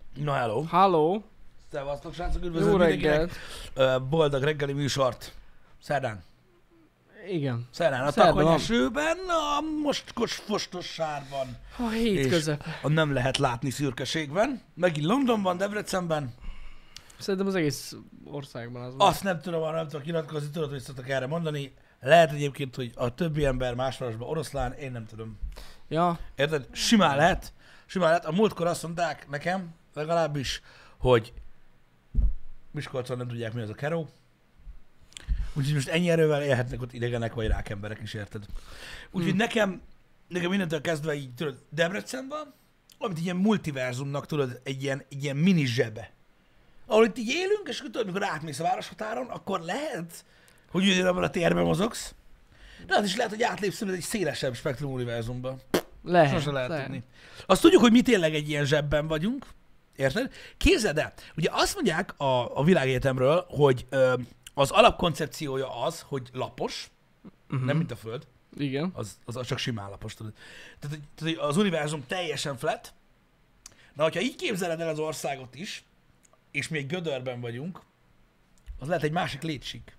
Na hello. Halló, Szevasztok, srácok, jó üdvözlök reggelt. mindenkinek. Boldog reggeli műsort. Szerdán. Igen. Szerdán a Szerdán takony van. esőben, a mostkos fostos sárban. A hét És közepe. a nem lehet látni szürkeségben. Megint Londonban, Debrecenben. Szerintem az egész országban az van. Azt nem tudom, arra nem tudok kinyilatkozni, tudod, hogy szoktak erre mondani. Lehet egyébként, hogy a többi ember más városban oroszlán, én nem tudom. Ja, Érted? Simán lehet. Simán lehet. A múltkor azt mondták nekem, legalábbis, hogy Miskolcon nem tudják, mi az a keró. Úgyhogy most ennyi erővel élhetnek ott idegenek vagy rákemberek is, érted? Úgyhogy nekem mindentől kezdve így, tudod, Debrecenben, amit egy ilyen multiverzumnak, tudod, egy ilyen mini zsebe. Ahol itt így élünk, és tudod, amikor átmész a városhatáron, akkor lehet, hogy ugyanabban a térben mozogsz, de az is lehet, hogy átlépsz egy szélesebb spektrum univerzumba. lehet. Sose lehet tudni. Azt tudjuk, hogy mi tényleg egy ilyen zsebben vagyunk, érted? Képzeld el, ugye azt mondják a világegyetemről, hogy az alapkoncepciója az, hogy lapos, nem mint a Föld, Igen. az csak simán lapos, tudod. Tehát hogy az univerzum teljesen flat. Na, hogyha így képzeled el az országot is, és mi egy gödörben vagyunk, az lehet egy másik létsík.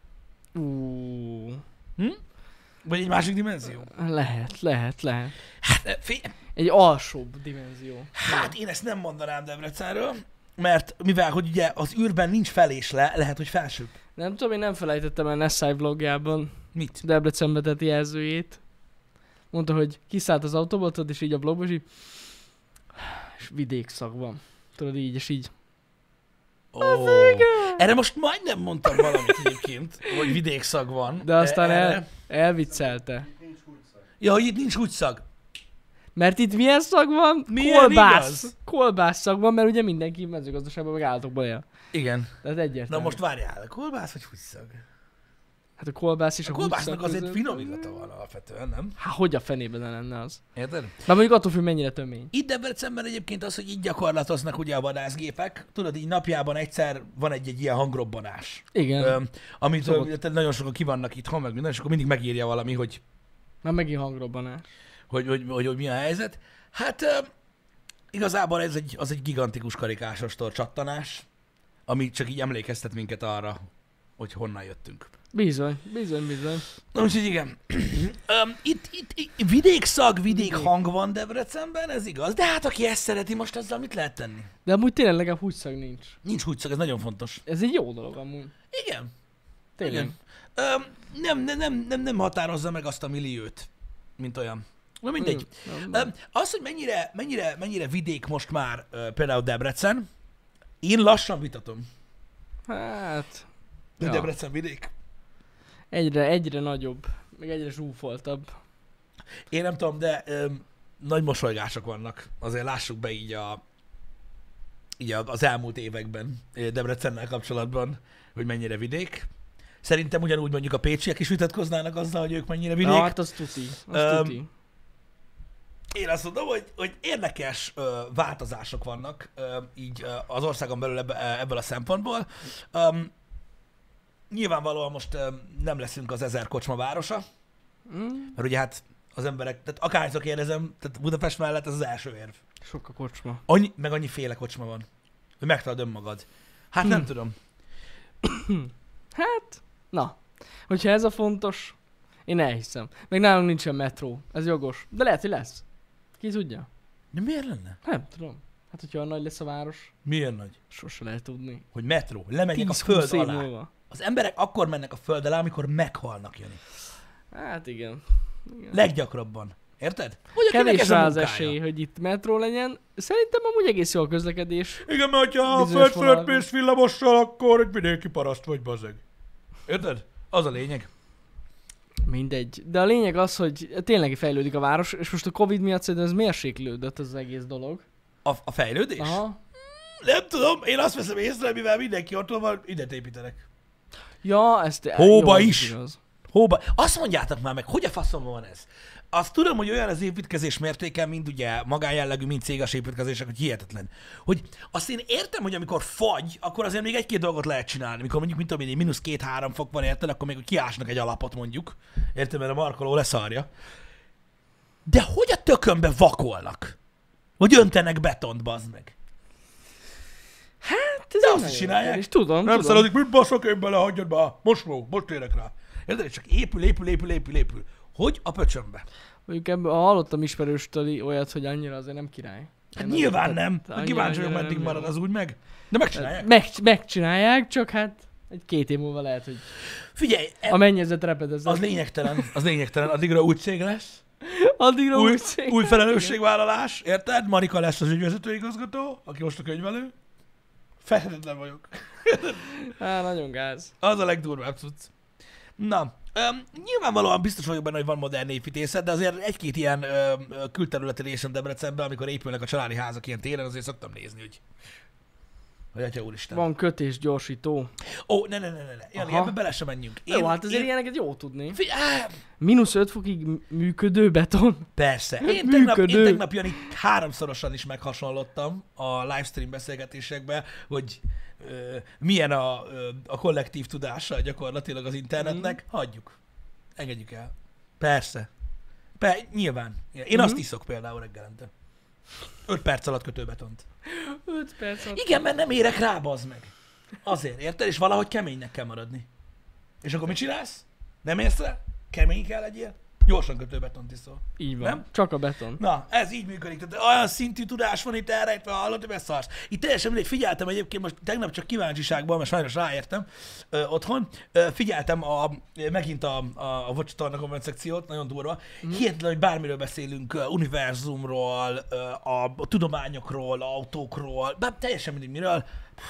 Vagy egy másik dimenzió. Lehet. Hát, Egy alsóbb dimenzió. Hát én ezt nem mondanám Debrecenről, mert mivel, hogy ugye az űrben nincs fel és le, lehet, hogy felsőbb. Nem tudom, én nem felejtettem el Nessai vlogjában Mit? Debrecenbe tett jelzőjét. Mondta, hogy kiszállt az autóból, tudod, és így a blogba, és vidékszag van. Tudod, így, és így. Oh. Erre most majdnem mondtam valamit egyébként, hogy vidékszag van. De aztán Erre. elviccelte. Ja, hogy itt nincs húgyszag. Mert itt milyen szag van? Milyen Kolbász. igaz? Kolbász szag van, mert ugye mindenki mezőgazdaságban meg állatokból él. Igen. Tehát egyértelmű. Na most várjál, kolbász vagy húgyszag? Hát a kolbász és A a kolbásznak húgyszag azért között- finom illata van alapvetően, nem? Hát hogy a fenében ne lenne az? Érted? Már mondjuk attól függ, mennyire tömény. Itt Debrecenben egyébként az, hogy így gyakorlatoznak ugye a vadászgépek. Tudod, így napjában egyszer van egy ilyen hangrobbanás. Igen. Amit Szokott. nagyon sokan ki vannak itthon, meg minden, és akkor mindig megírja valami, hogy Már megint hangrobbanás. hogy mi a helyzet. Hát igazából az egy gigantikus karikásos csattanás, ami csak így emlékeztet minket arra, hogy honnan jöttünk. Bizony. Na úgyhogy igen. Itt vidékszag, vidék hang van Debrecenben, ez igaz. De hát aki ezt szereti, most azzal mit lehet tenni? De amúgy tényleg legalább húgyszag nincs. Nincs húgyszag, ez nagyon fontos. Ez egy jó dolog amúgy. Igen. Tényleg. Igen. Nem határozza meg azt a milliót, mint olyan. Na mindegy. Nem. Az, hogy mennyire vidék most már például Debrecen, én lassan vitatom. Hát... De Ja. Debrecen vidék. Egyre nagyobb. Meg egyre zsúfoltabb. Én nem tudom, de nagy mosolygások vannak. Azért lássuk be így az elmúlt években Debrecennel kapcsolatban, hogy mennyire vidék. Szerintem ugyanúgy mondjuk a pécsiek is vitatkoznának azzal, hogy ők mennyire vidék. Ja, hát az tuti. Tuti. Én azt mondom, hogy érdekes változások vannak így az országon belül ebből a szempontból. Nyilvánvalóan most nem leszünk az 1000 kocsma városa, mert ugye hát az emberek, tehát akárhányszor kérdezem, tehát Budapest mellett ez az első érv. Sok a kocsma. Meg féle kocsma van, hogy megtalad önmagad. Hát nem tudom. Hát, na. Hogyha ez a fontos, én elhiszem. Meg nálunk nincsen metró. Ez jogos. De lehet, hogy lesz. Ki tudja? De miért lenne? Nem tudom. Hát, hogyha olyan nagy lesz a város, Milyen nagy? sose lehet tudni. Hogy metró, lemegyek a 10-20 föld év alá. múlva. Az emberek akkor mennek a föld alá, amikor meghalnak, Jani. Hát igen. Leggyakrabban. Érted? Hogy akinek Kevés ez a rá az munkája. esély, hogy itt metró legyen. Szerintem amúgy egész jó a közlekedés. Igen, mert ha a Bizonyos föld fölött vonalakon. mész villamossal, akkor egy vidéki paraszt vagy, bazeg. Érted? Az a lényeg. Mindegy. De a lényeg az, hogy tényleg fejlődik a város, és most a Covid miatt szerintem ez mérséklődött az egész dolog. A fejlődés? Aha. Nem tudom, én azt veszem észre, mivel mindenki ott van, ide építenek. Ja, ezt... Hóba jó, is. ez igaz. Hóba. Azt mondjátok már meg, hogy a faszomban van ez? Azt tudom, hogy olyan az építkezés mértéke, mind ugye magánjellegű, mind céges építkezések, hogy hihetetlen. Hogy azt én értem, hogy amikor fagy, akkor azért még egy-két dolgot lehet csinálni. Amikor mondjuk, mint tudom én, -2-3 fok van, érted, akkor még kiásnak egy alapot mondjuk. Érted, mert a markoló leszarja. De hogy a tökönbe vakolnak? Hogy öntenek betont, bazd meg? Hát ez De egy azt is nagyon csinálják. kérdés. Tudom, Nem tudom. szeretik, mit baszok én bele, hagyjad be. Most térek rá. Érted? Csak épül. Hogy a pöcsömbe? Mondjuk ebben hallottam ismerőstől olyat, hogy annyira azért nem király. Hát nyilván nem. annyira- Kíváncsi vagyok, annyira meddig nem marad jó. az úgy meg. De megcsinálják. Megcsinálják, csak hát egy 2 év múlva lehet, hogy Figyelj, a mennyezet repedez. az lényegtelen. Addigra új cég lesz. Addigra Új, úgy cég. új felelősségvállalás, érted? Marika lesz az ügyvezetőigazgató, aki most a könyvelő. Fehetetlen vagyok. Nagyon gáz. Az a legdurvább cucc. Na, nyilvánvalóan biztos vagyok benne, hogy van modern építészet, de azért egy-két ilyen külterületi részen Debrecenben, amikor épülnek a családi házak ilyen téren, azért szoktam nézni, hogy atya úristen. Van kötésgyorsító. Ó, ne. Jani, Aha. ebbe bele sem menjünk. Jó, hát azért ilyeneket jó tudni. Á, -5 fokig működő beton. persze. Én Működő. tegnap Jani 3-szorosan is meghasonlottam a livestream beszélgetésekben, hogy milyen a kollektív tudása gyakorlatilag az internetnek. Hagyjuk. Engedjük el. Persze. Nyilván. Én azt iszok például reggelente. 5 perc alatt kötőbetont. 5 perc alatt. Igen, mert nem érek rá, bazd meg. Azért, érted? És valahogy keménynek kell maradni. És akkor mit csinálsz? Nem érsz rá? Kemény kell legyél? Gyorsan kötőbetont iszol. Így van. Nem? Csak a beton. Na, ez így működik. Tehát olyan szintű tudás van itt elrejtve, hallod, hogy beszarsz. Itt teljesen mindegy, figyeltem egyébként, most tegnap csak kíváncsiságban, mert sajnos ráértem otthon, figyeltem megint a Vocsatorna komment szekciót, nagyon durva. Hihetetlen, hogy bármiről beszélünk, univerzumról, a tudományokról, autókról, bár teljesen mindegy miről.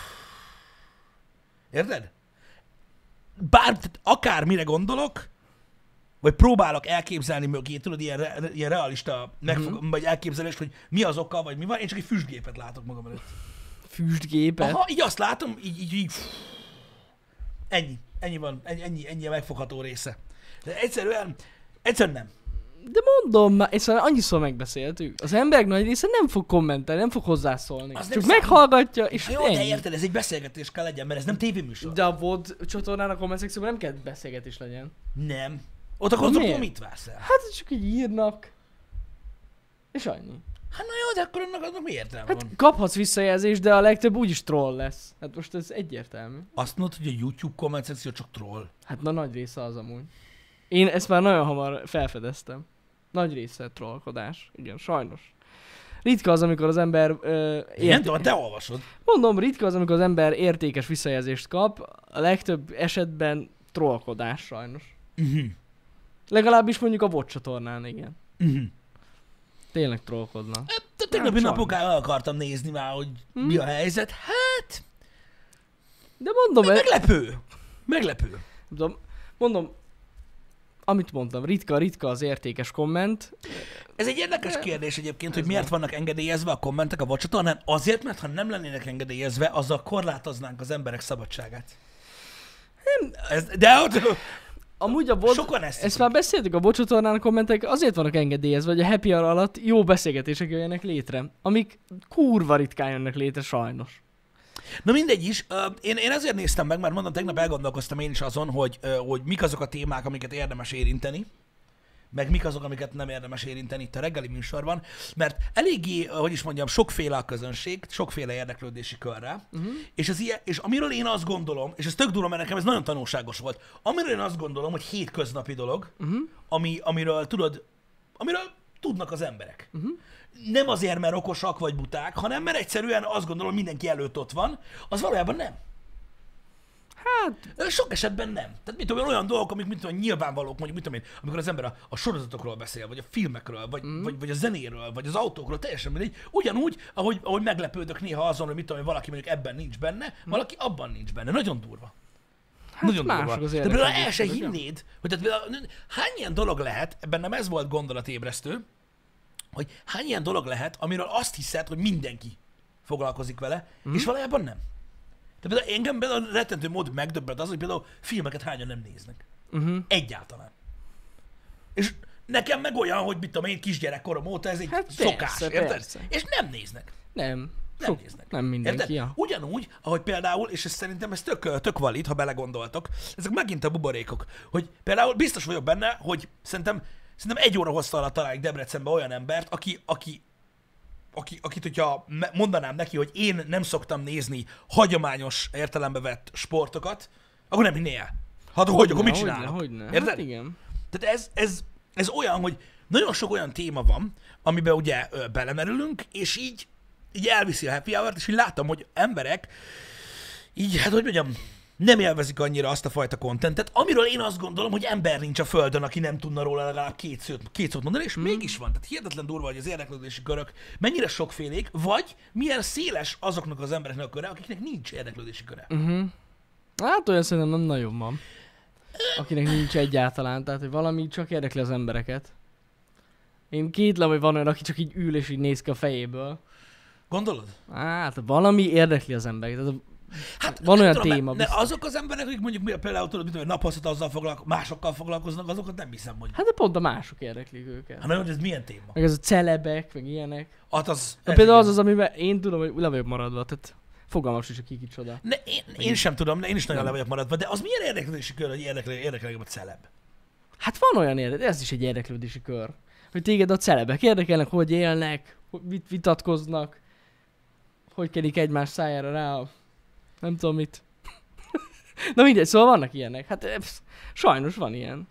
Érted? Tehát akármire gondolok, vagy próbálok elképzelni mögé, tudod, ilyen realista vagy elképzelést, hogy mi az oka, vagy mi van, én csak egy füstgépet látok magam előtt. Füstgépet? Aha, így azt látom, így. Ennyi van, ennyi a megfogható része. De egyszerűen nem. De mondom, már ezt már annyiszor megbeszéltük. Az emberek nagy része nem fog kommentelni, nem fog hozzászólni. Az nem Csak számít. meghallgatja, és Jó, de ennyi. érted, ez egy beszélgetés kell legyen, mert ez nem tévéműsor. De a VOD csatornán a komment szekcióban nem kell beszélgetés legyen. Nem. Ott akkor Miért? mit vársz el? Hát csak így írnak. És annyi. Hát na jó, de akkor annak mi értelme Hát van? kaphatsz visszajelzést, de a legtöbb úgyis troll lesz. Hát most ez egyértelmű. Azt mondod, hogy a YouTube komment szekció csak troll. Hát na nagy része az amúgy. Én ezt már nagyon hamar felfedeztem. Nagy része trollkodás. Igen, sajnos. Ritka az, amikor az ember... Nem tudom, te olvasod. Mondom, ritka az, amikor az ember értékes visszajelzést kap. A legtöbb esetben trollkodás sajnos. Legalábbis mondjuk a VOD csatornán, igen. Tényleg trollkodnak. Tegnapi Hát, napokán el akartam nézni már, hogy mi a helyzet. Hát, De mondom, meglepő. mondom, amit mondtam, ritka az értékes komment. Ez egy érdekes kérdés egyébként, hogy miért vannak engedélyezve a kommentek a Vocsatornán. Azért, mert ha nem lennének engedélyezve, azzal korlátoznánk az emberek szabadságát. De ott Amúgy a VOD, sokan ezt már beszéltük, a VOD csatornán a kommentek azért vannak engedélyezve, hogy a happy hour alatt jó beszélgetések jöjjenek létre, amik kurva ritkán jönnek létre sajnos. Na mindegy is, én azért néztem meg, mert mondom, tegnap elgondolkoztam én is azon, hogy mik azok a témák, amiket érdemes érinteni, meg mik azok, amiket nem érdemes érinteni itt a reggeli műsorban, mert eléggé, hogy is mondjam, sokféle a közönség, sokféle érdeklődési körre, és amiről én azt gondolom, és ez tök durva, mert nekem ez nagyon tanulságos volt, amiről én azt gondolom, hogy hétköznapi dolog, amiről tudnak az emberek. Nem azért, mert okosak vagy buták, hanem mert egyszerűen azt gondolom, mindenki előtt ott van, az valójában nem. Hát, Sok esetben nem. Tehát mit tudom, olyan dolgok, amik mit tudom, nyilvánvalók, mondjuk mit tudom én, amikor az ember a sorozatokról beszél, vagy a filmekről, vagy a zenéről, vagy az autókról, teljesen mindegy. Ugyanúgy, ahogy meglepődök néha azon, hogy mit tudom én, valaki mondjuk ebben nincs benne, valaki abban nincs benne. Nagyon durva. hát Nagyon durva. mások az De például el se érdeklődések, ugye? hinnéd, hogy tehát például, hány ilyen dolog lehet, bennem ez volt gondolatébresztő, hogy hány ilyen dolog lehet, amiről azt hiszed, hogy mindenki foglalkozik vele, és valójában nem. De például engem például rettentő módon megdöbbent az, hogy például filmeket hányan nem néznek. Egyáltalán. És nekem meg olyan, hogy mit tudom én, kisgyerekkorom óta ez egy Hát szokás, persze, érted? persze. És nem néznek. Nem. Nem néznek. Nem mindenki, Érted? ja. Ugyanúgy, ahogy például, és ez szerintem ez tök valid, ha belegondoltok, ezek megint a buborékok, hogy például biztos vagyok benne, hogy szerintem 1 óra hossza alatt találjuk Debrecenbe olyan embert, aki akit hogyha mondanám neki, hogy én nem szoktam nézni hagyományos értelembe vett sportokat, akkor nem hinné el. Hát hogy, akkor mit csinálok? Hogyne. Érted? Hát igen. Tehát ez olyan, hogy nagyon sok olyan téma van, amiben ugye belemerülünk, és így elviszi a happy hour-t, és így látom, hogy emberek így, hát hogy mondjam, nem élvezik annyira azt a fajta kontentet, amiről én azt gondolom, hogy ember nincs a földön, aki nem tudna róla legalább két szót mondani, és mégis van. Tehát hihetetlen durva, hogy az érdeklődési körök mennyire sokfélék, vagy milyen széles azoknak az embereknek a köre, akiknek nincs érdeklődési köre. Hát olyan szerintem nem nagyon van. Akinek nincs egyáltalán, tehát hogy valami csak érdekli az embereket. Én kétlem, hogy van olyan, aki csak így ül és így néz ki a fejéből. Gondolod? Hát valami érdekli az embereket. Tehát Hát van olyan tudom, téma. de azok az emberek, akik mondjuk például tudod, hogy naphozat azzal másokkal foglalkoznak, azokat nem hiszem, hogy... Hát de pont a mások érdeklik őket. Hát nagyon, ez milyen téma? Meg ez a celebek, meg ilyenek. Hát az... De például az, amiben én tudom, hogy le vagyok maradva, tehát fogalmam sincs, hogy ki kicsoda. Én sem tudom, de én is nagyon le vagyok maradva, de az milyen érdeklődési kör, hogy érdekli a celeb? Hát van olyan ez is egy érdeklődési kör. Hogy téged a celebek érdekelnek, hogy élnek, hogy mit vitatkoznak, hogy kedik egymás szájára rá a... nem tudom mit. Na mindegy, szóval vannak ilyenek. Hát sajnos van ilyen.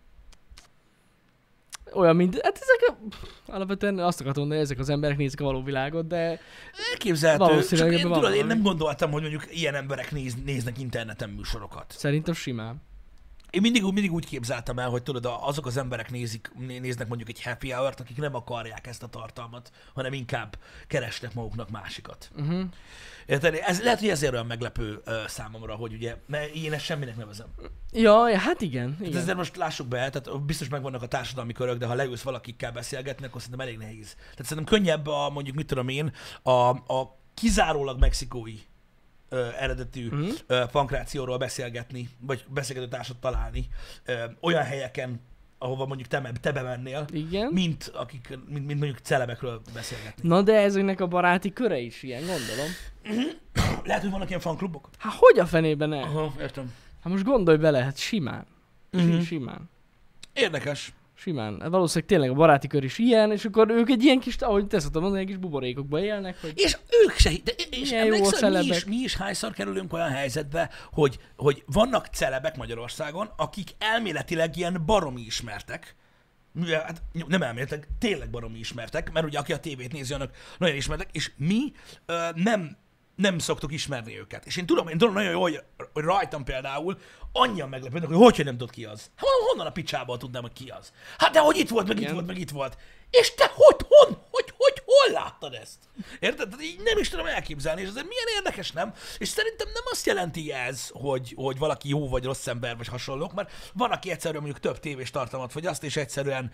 Olyan, mint... Hát ezek alapvetően azt akartam mondani, hogy ezek az emberek nézik a való világot, de... Elképzelhető. Csak én, tudod, én nem gondoltam, hogy mondjuk ilyen emberek néznek interneten műsorokat. Szerintem simán. Én mindig úgy képzeltem el, hogy tudod, azok az emberek néznek mondjuk egy happy hour-t, akik nem akarják ezt a tartalmat, hanem inkább keresnek maguknak másikat. Érted? Ez lehet, hogy ezért olyan meglepő számomra, hogy ugye, mert én ezt semminek nevezem. Ja, hát igen. Hát ezért most lássuk be, tehát biztos megvannak a társadalmi körök, de ha leülsz valakikkel beszélgetni, akkor szerintem elég nehéz. Tehát szerintem könnyebb mondjuk, mit tudom én, a kizárólag mexikói eredetű pankrációról beszélgetni, vagy beszélgető társat találni olyan helyeken, ahova mondjuk te bemennél, mint mondjuk celebekről beszélgetni. Na de ezeknek a baráti köre is ilyen, gondolom. Lehet, hogy vannak ilyen fanklubok? Hát hogy a fenében ne? Aha, értem. Hát most gondolj bele, hát simán. Simán. Érdekes. Simán. Hát valószínűleg tényleg a baráti kör is ilyen, és akkor ők egy ilyen kis, ahogy te szoktam mondani, egy kis buborékokba élnek. Hogy... És ők se, és emlékszel, mi is hányszor kerülünk olyan helyzetbe, hogy vannak celebek Magyarországon, akik elméletileg ilyen baromi ismertek, hát nem elméletileg, tényleg baromi ismertek, mert ugye aki a tévét nézi, annak nagyon ismertek, és mi nem szoktuk ismerni őket. És én tudom nagyon jó, hogy rajtam például annyian meglepődnek, hogy nem tudod ki az. Hát honnan a picsából tudnám, hogy ki az? Hát de hogy itt volt, meg itt volt. És te hol láttad ezt? Érted? Tehát így nem is tudom elképzelni, és azért milyen érdekes, nem? És szerintem nem azt jelenti ez, hogy valaki jó vagy rossz ember, vagy hasonlók, mert van, aki egyszerűen mondjuk több tévés tartalmat fogyaszt, és egyszerűen...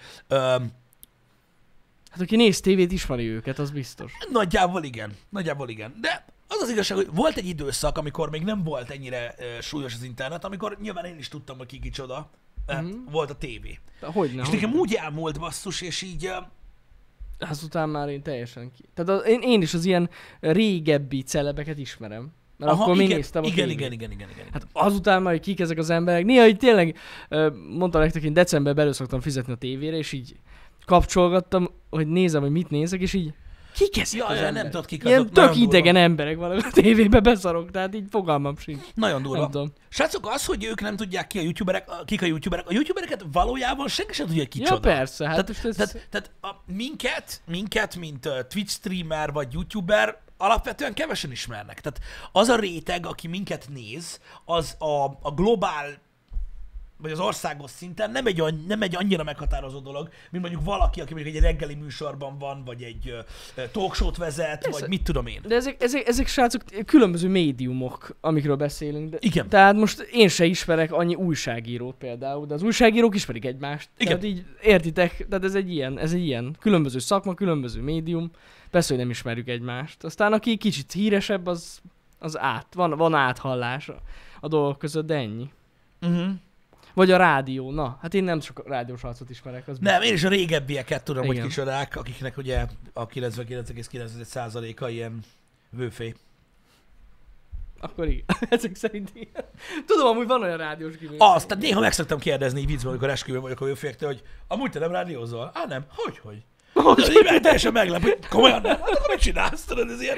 Hát aki néz tévét, ismeri őket, az biztos. Nagyjából igen. De az az igazság, hogy volt egy időszak, amikor még nem volt ennyire súlyos az internet, amikor nyilván én is tudtam, hogy ki kicsoda, volt a tévé. Hogyne, és nekem úgy elmúlt basszus, és így... Azután már én teljesen ki. Tehát én is az ilyen régebbi celebeket ismerem. Mert akkor még néztem a tévét. Igen. Hát azután már, hogy kik ezek az emberek. Néha így tényleg, mondtam nektek, én decemberben elő szoktam fizetni a tévére, és így kapcsolgattam, hogy nézem, hogy mit nézek, és így kik ezek az emberek? Nem tudod, kik ilyen azok. tök idegen emberek vannak a tévébe, beszarok, tehát így fogalmam sincs. Nagyon durva. Srácok, az, hogy ők nem tudják kik a youtubereket valójában senki sem tudja, ki kicsoda. Ja persze, hát tehát minket, mint Twitch streamer vagy youtuber, alapvetően kevesen ismernek. Tehát az a réteg, aki minket néz, az a globál vagy az országos szinten nem egy annyira meghatározó dolog, mint mondjuk valaki, aki mondjuk egy reggeli műsorban van, vagy egy talkshow-t vezet, persze, vagy mit tudom én. De ezek srácok különböző médiumok, amikről beszélünk. De, igen. Tehát most én se ismerek annyi újságírót például, de az újságírók ismerik egymást. Igen. Tehát így értitek, tehát ez egy ilyen különböző szakma, különböző médium, persze, hogy nem ismerjük egymást. Aztán aki kicsit híresebb, az van áthallás a dolgok között, de ennyi. Vagy a rádió. Na, hát én nem csak a rádiós arcot ismerek. Az nem, én is a régebbieket tudom, igen, hogy kicsodák, akiknek ugye a 99,9%-a ilyen vőfé. Akkor igen. Ezek szerint igen. Tudom, amúgy van olyan rádiós kívül. Tehát néha meg szoktam kérdezni így viccben, amikor esküvőn vagyok a vőféktől, hogy amúgy te nem rádiózol? Nem. Hogy? Így teljesen meglep, hogy komolyan nem. Hát akkor mit csinálsz, tudod, ez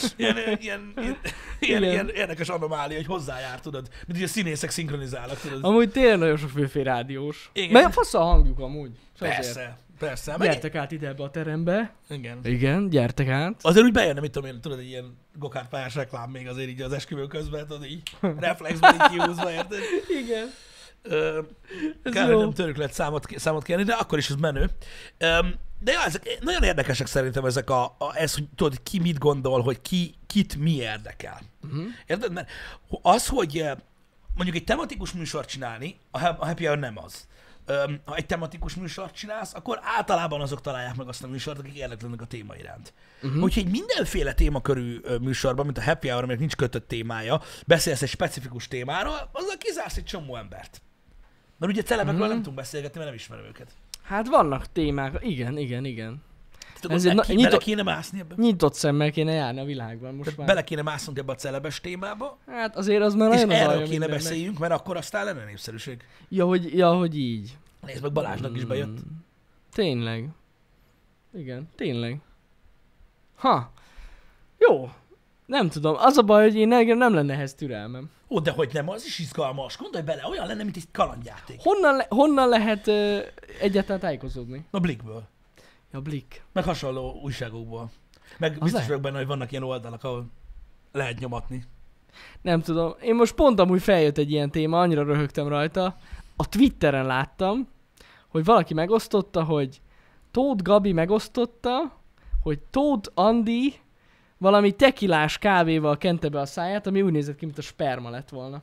ilyen érdekes anomália, hogy hozzájár, tudod. Mint hogy a színészek szinkronizálnak, tudod. Amúgy tényleg nagyon sok főfél rádiós. Igen. Mert fasz a hangjuk amúgy. Persze. Gyertek át ide ebbe a terembe. Igen. Igen, gyertek át. Azért úgy bejönne, mit tudom én, tudod, egy ilyen gokártpályás reklám még azért így az esküvő közben, tudod, így reflexben így kihúzva, érted? Igen. Kár, hogy nem tőlük lehet számot kérni, de akkor is ez menő. De ja, ezek nagyon érdekesek szerintem ezek ez, hogy tudod, ki mit gondol, hogy kit mi érdekel. Érted? Mert az, hogy mondjuk egy tematikus műsort csinálni, a Happy Hour nem az. Ha egy tematikus műsort csinálsz, akkor általában azok találják meg azt a műsort, akik érdeklődnek a téma iránt. Hogyha egy mindenféle témakörű műsorban, mint a Happy Hour, aminek nincs kötött témája, beszélsz egy specifikus témáról, azzal kizársz egy csomó embert. Mert ugye celebekről nem tudunk beszélgetni, mert nem ismerem őket. Hát vannak témák, igen. Tehát bele kéne mászni ebbe? Nyitott szemmel kéne járni a világban most már. Bele kéne másznunk ebbe a celebes témába. Hát azért az már és nagyon erről kéne beszéljünk, mert akkor aztán lenne népszerűség. Ja, hogy így. Nézd meg, Balázsnak is bejött. Tényleg. Igen, tényleg. Jó. Nem tudom. Az a baj, hogy én nem lenne ehhez türelmem. Ó, de hogy nem, az is izgalmas. Gondolj bele, olyan lenne, mint egy kalandjáték. Honnan lehet egyáltalán tájékozódni? A Blickből. A Blick. Meg hasonló újságokból. Meg biztos vagyok benne, hogy vannak ilyen oldalak, ahol lehet nyomatni. Nem tudom. Én most pont amúgy feljött egy ilyen téma, annyira röhögtem rajta. A Twitteren láttam, hogy valaki megosztotta, hogy Tóth Gabi megosztotta, hogy Tóth Andi valami tekilás kávéval kente be a száját, ami úgy nézett ki, mint a sperma lett volna.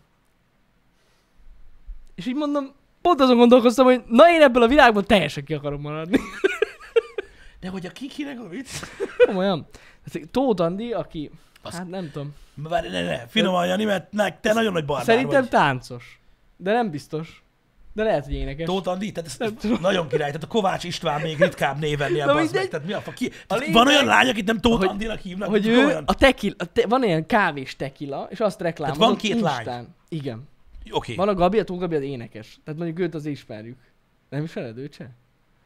És így mondom, pont azon gondolkoztam, hogy na én ebből a világból teljesen ki akarom maradni. De hogy a kikinek a vicc? Komolyan. Tóth Andi, aki, hát nem tudom. Várj, ne, finoman, Jani, mert te nagyon nagy barbár Szerintem vagy. táncos. De nem biztos. De lehet, hogy énekes. Tóth Andi? Tehát ez nagyon király. Tehát a Kovács István még ritkább névennél, bazd meg. Tehát mi a van olyan lány, akit nem Tóth Andinak hívnak? Hogy ő van ilyen kávés tekila, és azt reklámozott. Tehát van két lány. Instán. Igen. Oké. Van a Gabi, a Tóth Gabi az énekes. Tehát mondjuk őt azért ismerjük. Nem ismered őt se?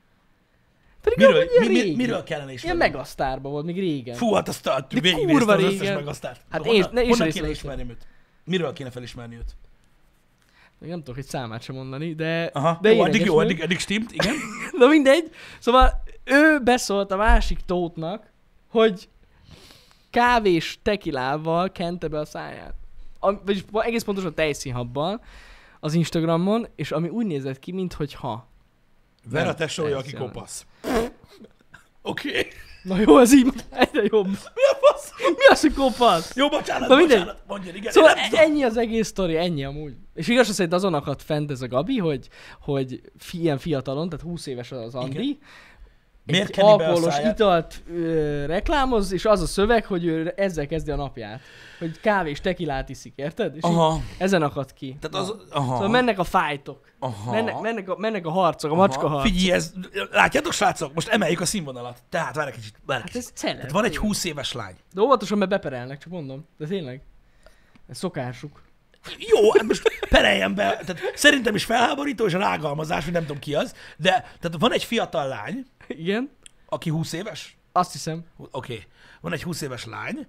Miről kellene ismerni? Ilyen megasztárban volt, még régen. Fú, hát azt végignéztem az összes megasztárt. Hát honnan kéne ismerni őt? Miről kéne felismerni őt? Nem tudok egy számát sem mondani, de... Aha, de jó, addig stimmt, igen. Na mindegy. Szóval ő beszólt a másik Tóthnak, hogy kávés tekilával kente be a száját. Vagyis egész pontosan tejszínhabbal az Instagramon, és ami úgy nézett ki, minthogyha... Vera tesója, aki kopasz. Oké. Na jó, ez így egyre jobb. Mi a fasz? Mi az, hogy kopasz? Jó, bocsánat, mondjad, igen. Szóval ennyi az egész sztori, ennyi amúgy. És igazság szerint azon akadt fent ez a Gabi, hogy ilyen fiatalon, tehát 20 éves az Andi, igen. Miért egy alkoholos italt reklámoz, és az a szöveg, hogy ő ezzel kezdi a napját. Hogy kávés tekilát iszik, érted? És ezen akadt ki. Tehát szóval mennek a fájtok. Mennek a harcok, a macska harcok. Figyelj, látjátok srácok, most emeljük a színvonalat. Tehát várj egy kicsit. Hát ez tehát van egy 20 éves lány. De óvatosan, mert beperelnek, csak mondom. De tényleg. Ez szokásuk. Jó, hát most pereljen be. Tehát szerintem is felháborító, és rágalmazás, hogy nem tudom ki az. De tehát van egy fiatal lány. Igen. Aki 20 éves? Azt hiszem. Oké. Van egy 20 éves lány,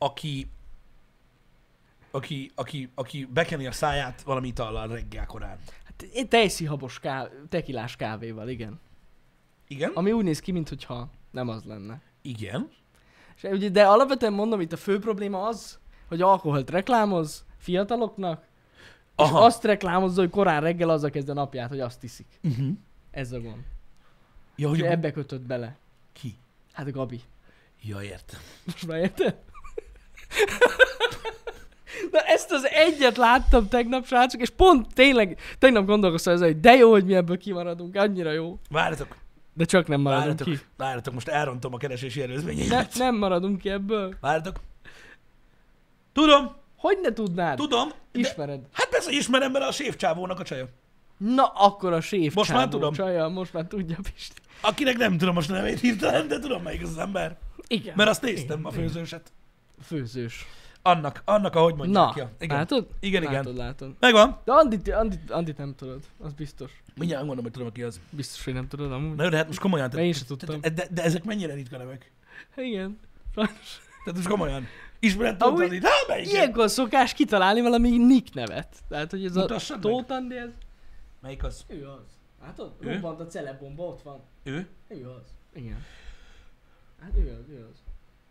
aki bekeni a száját valami itallal reggel korán. Hát tejszínhabos tekilás kávéval, igen. Igen? Ami úgy néz ki, mintha nem az lenne. Igen. De alapvetően mondom, itt a fő probléma az, hogy alkoholt reklámoz fiataloknak, és azt reklámozza, hogy korán reggel azzal kezd a napját, hogy azt iszik. Ez a gond. Ja, hogy ebbe kötött bele. Ki? Hát a Gabi. Ja, értem. Most már érted? Na ezt az egyet láttam tegnap, srácok, és pont tényleg tegnap gondolkoztam ezzel, hogy de jó, hogy mi ebből kimaradunk, annyira jó. Várjatok. De csak nem maradunk ki. Várjatok, most elrontom a keresési előzményeimet. Nem maradunk ki ebből. Várjatok. Tudom. Hogy ne tudnád? Tudom. Ismered. Hát persze, ismerem bele a séfcsávónak a csaja. Na, akkor a séfcsávó most már tudom. Csaja, most már tudja Pisti. Akinek nem tudom most a nevét hirtelen, de tudom melyik az ember. Igen. Mert azt néztem, a főzőset. Főzős. Annak, ahogy mondják. Na, Ja. Igen. látod? Igen. Látod. Megvan. De Andit nem tudod, az biztos. Mindjárt mondom, hogy tudom, ki az. Biztos, hogy nem tudod amúgy. Na jó, de hát most komolyan. Én sem tudtam. De ezek mennyire ritka nevek? Igen. Sajnos. Tehát most komolyan. Ismered Amúgy Tóth Andit? Hát melyiket? Ilyenkor szokás kitalálni valami nick nevet. Tehát, hogy ez Mutassad a meg. Tóth Andi, ez... Melyik az? Ő az. Látod? Ő? Robbant a celebomba, ott van. Ő? Ő az. Igen. Hát ő az.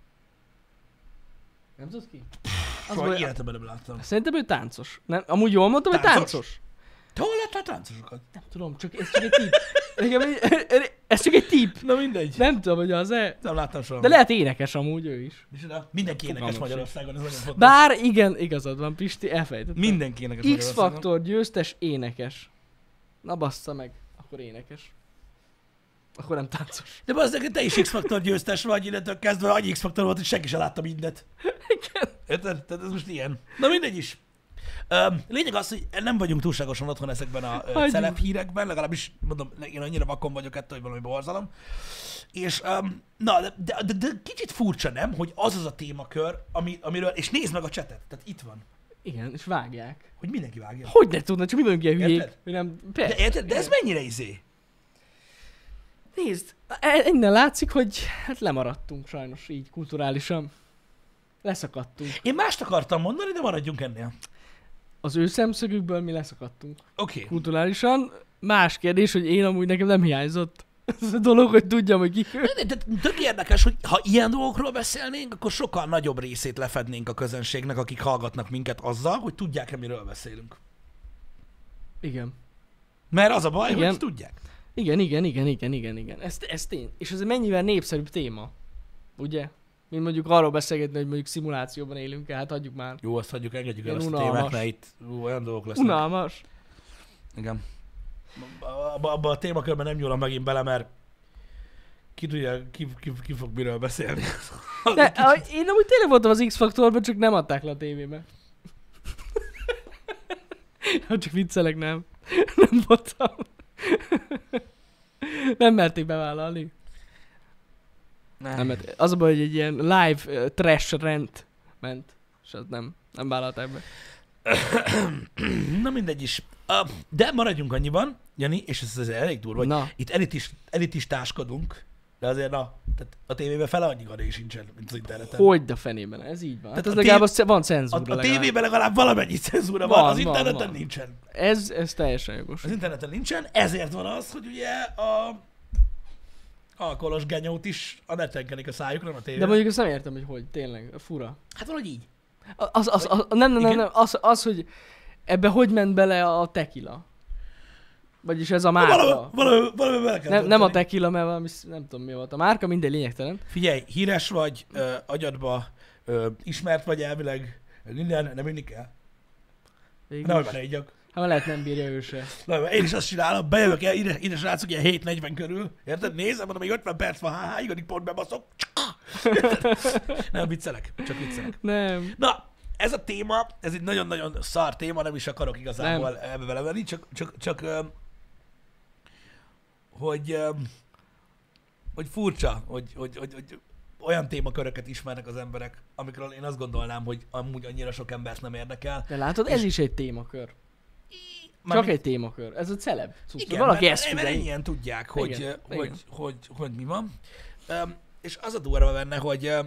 Nem tudod ki? Az Soha baj, életemben nem láttam. szerintem ő táncos. Nem, amúgy jól mondtam, hogy Táncos? táncos? Te hol láttál táncosokat? Nem tudom, csak ez csak egy tipp. Ez csak egy tipp. Na mindegy. Nem tudom, hogy az-e. Nem láttam soha. De lehet énekes amúgy ő is. Micsoda? Mindenki énekes Fogalmam Magyarországon, ez nagyon fontos. Bár igen, igazad van, Pisti, elfejtettem. Mindenki énekes Magyarországon. X-faktor győztes énekes. Na bassza meg, akkor énekes. Akkor nem táncos. De bazdmeg, te is X-faktor győztes vagy, innentől kezdve annyi X-faktor volt, hogy senki sem látta mindet. Igen. Érted? Tehát ez most ilyen. Na mindegy is. Lényeg az, hogy nem vagyunk túlságosan otthon ezekben a Hagyjuk. celeb hírekben, legalábbis mondom, én annyira vakon vagyok ettől, hogy valami borzalom. És na, de kicsit furcsa, nem, hogy az a témakör, amiről, és nézd meg a csetet, tehát itt van, Igen, és vágják. hogy mindenki vágja. Hogy ne tudna, csak mi vagyunk ilyen hülyék. Érted? Hogy nem, De persze. érted? De ez mennyire izé? Nézd, innen látszik, hogy hát lemaradtunk sajnos így kulturálisan. Leszakadtunk. Én mást akartam mondani, de maradjunk ennél. Az ő szemszögükből mi leszakadtunk. Oké. Kulturálisan. Más kérdés, hogy én amúgy nekem nem hiányzott. Ez a dolog, hogy tudjam, hogy ki ő. De tök érdekes, hogy ha ilyen dolgokról beszélnénk, akkor sokkal nagyobb részét lefednénk a közönségnek, akik hallgatnak minket azzal, hogy tudják-e, miről beszélünk. Igen. Mert az a baj, Igen. hogy tudják. Igen. Ez tény. És ez egy mennyivel népszerűbb téma. Ugye? Mint mondjuk arról beszélgetni, hogy mondjuk szimulációban élünk el, hát hagyjuk már. Jó, azt hagyjuk, engedjük el Ilyen azt a unalmas. témát, mert itt olyan dolgok lesznek. Unalmas. Igen. Abba a témakörben nem nyúlom megint bele, mert ki tudja, ki fog miről beszélni. De, én amúgy tényleg voltam az X-faktorban, csak nem adták le a tévébe. Csak viccelek, nem. Nem voltam. Nem merték bevállalni. Nem, mert az a baj, hogy egy ilyen live trash rend ment. És az nem vállalták be. Na mindegy is. De maradjunk annyiban, Jani, és ez azért elég durva, hogy Na. itt elitistáskodunk, de azért tehát a tévében fele annyi gadé sincsen, mint az interneten. Hogy a fenében, ez így van. Hát Tehát ez a legalább van cenzúra. A legalább. tévében legalább valamennyi cenzúra van, Van, az interneten van. nincsen. Ez teljesen jogos. Az interneten nincsen, ezért van az, hogy ugye a alkoholos genyót is a neten kenik a szájukra, nem a tévében. De mondjuk azt nem értem, hogy tényleg, fura. Hát valahogy így. Nem, hogy ebbe hogy ment bele a tequila. Vagyis ez a márka. Valami bele kell Nem a dönteni. tequila, mert valami, nem tudom mi volt a márka, mindegy lényegtelen. Figyelj, híres vagy, agyadba, ismert vagy elvileg, minden, nem inni kell. Végül Nehogy is. bele igyak. Hát lehet nem bírja ő se. Na, én is azt csinálom, bejövök el, ide srácok, ilyen 7:40 körül, érted? Nézem, mondom, még 50 perc van, háháig, addig pont bebaszok. Nem, viccelek, csak viccelek. Nem. Na, ez a téma, ez egy nagyon-nagyon szar téma, nem is akarok igazából ebbe belevenni, csak hogy furcsa, hogy olyan témaköröket ismernek az emberek, amikről én azt gondolnám, hogy amúgy annyira sok embert nem érdekel. De látod, ez is egy témakör. Csak egy témakör. Ez a celeb. Igen, Valaki ezt mert figyelj. ennyien tudják, hogy, Igen, hogy, igen. hogy mi van. És az a durva benne,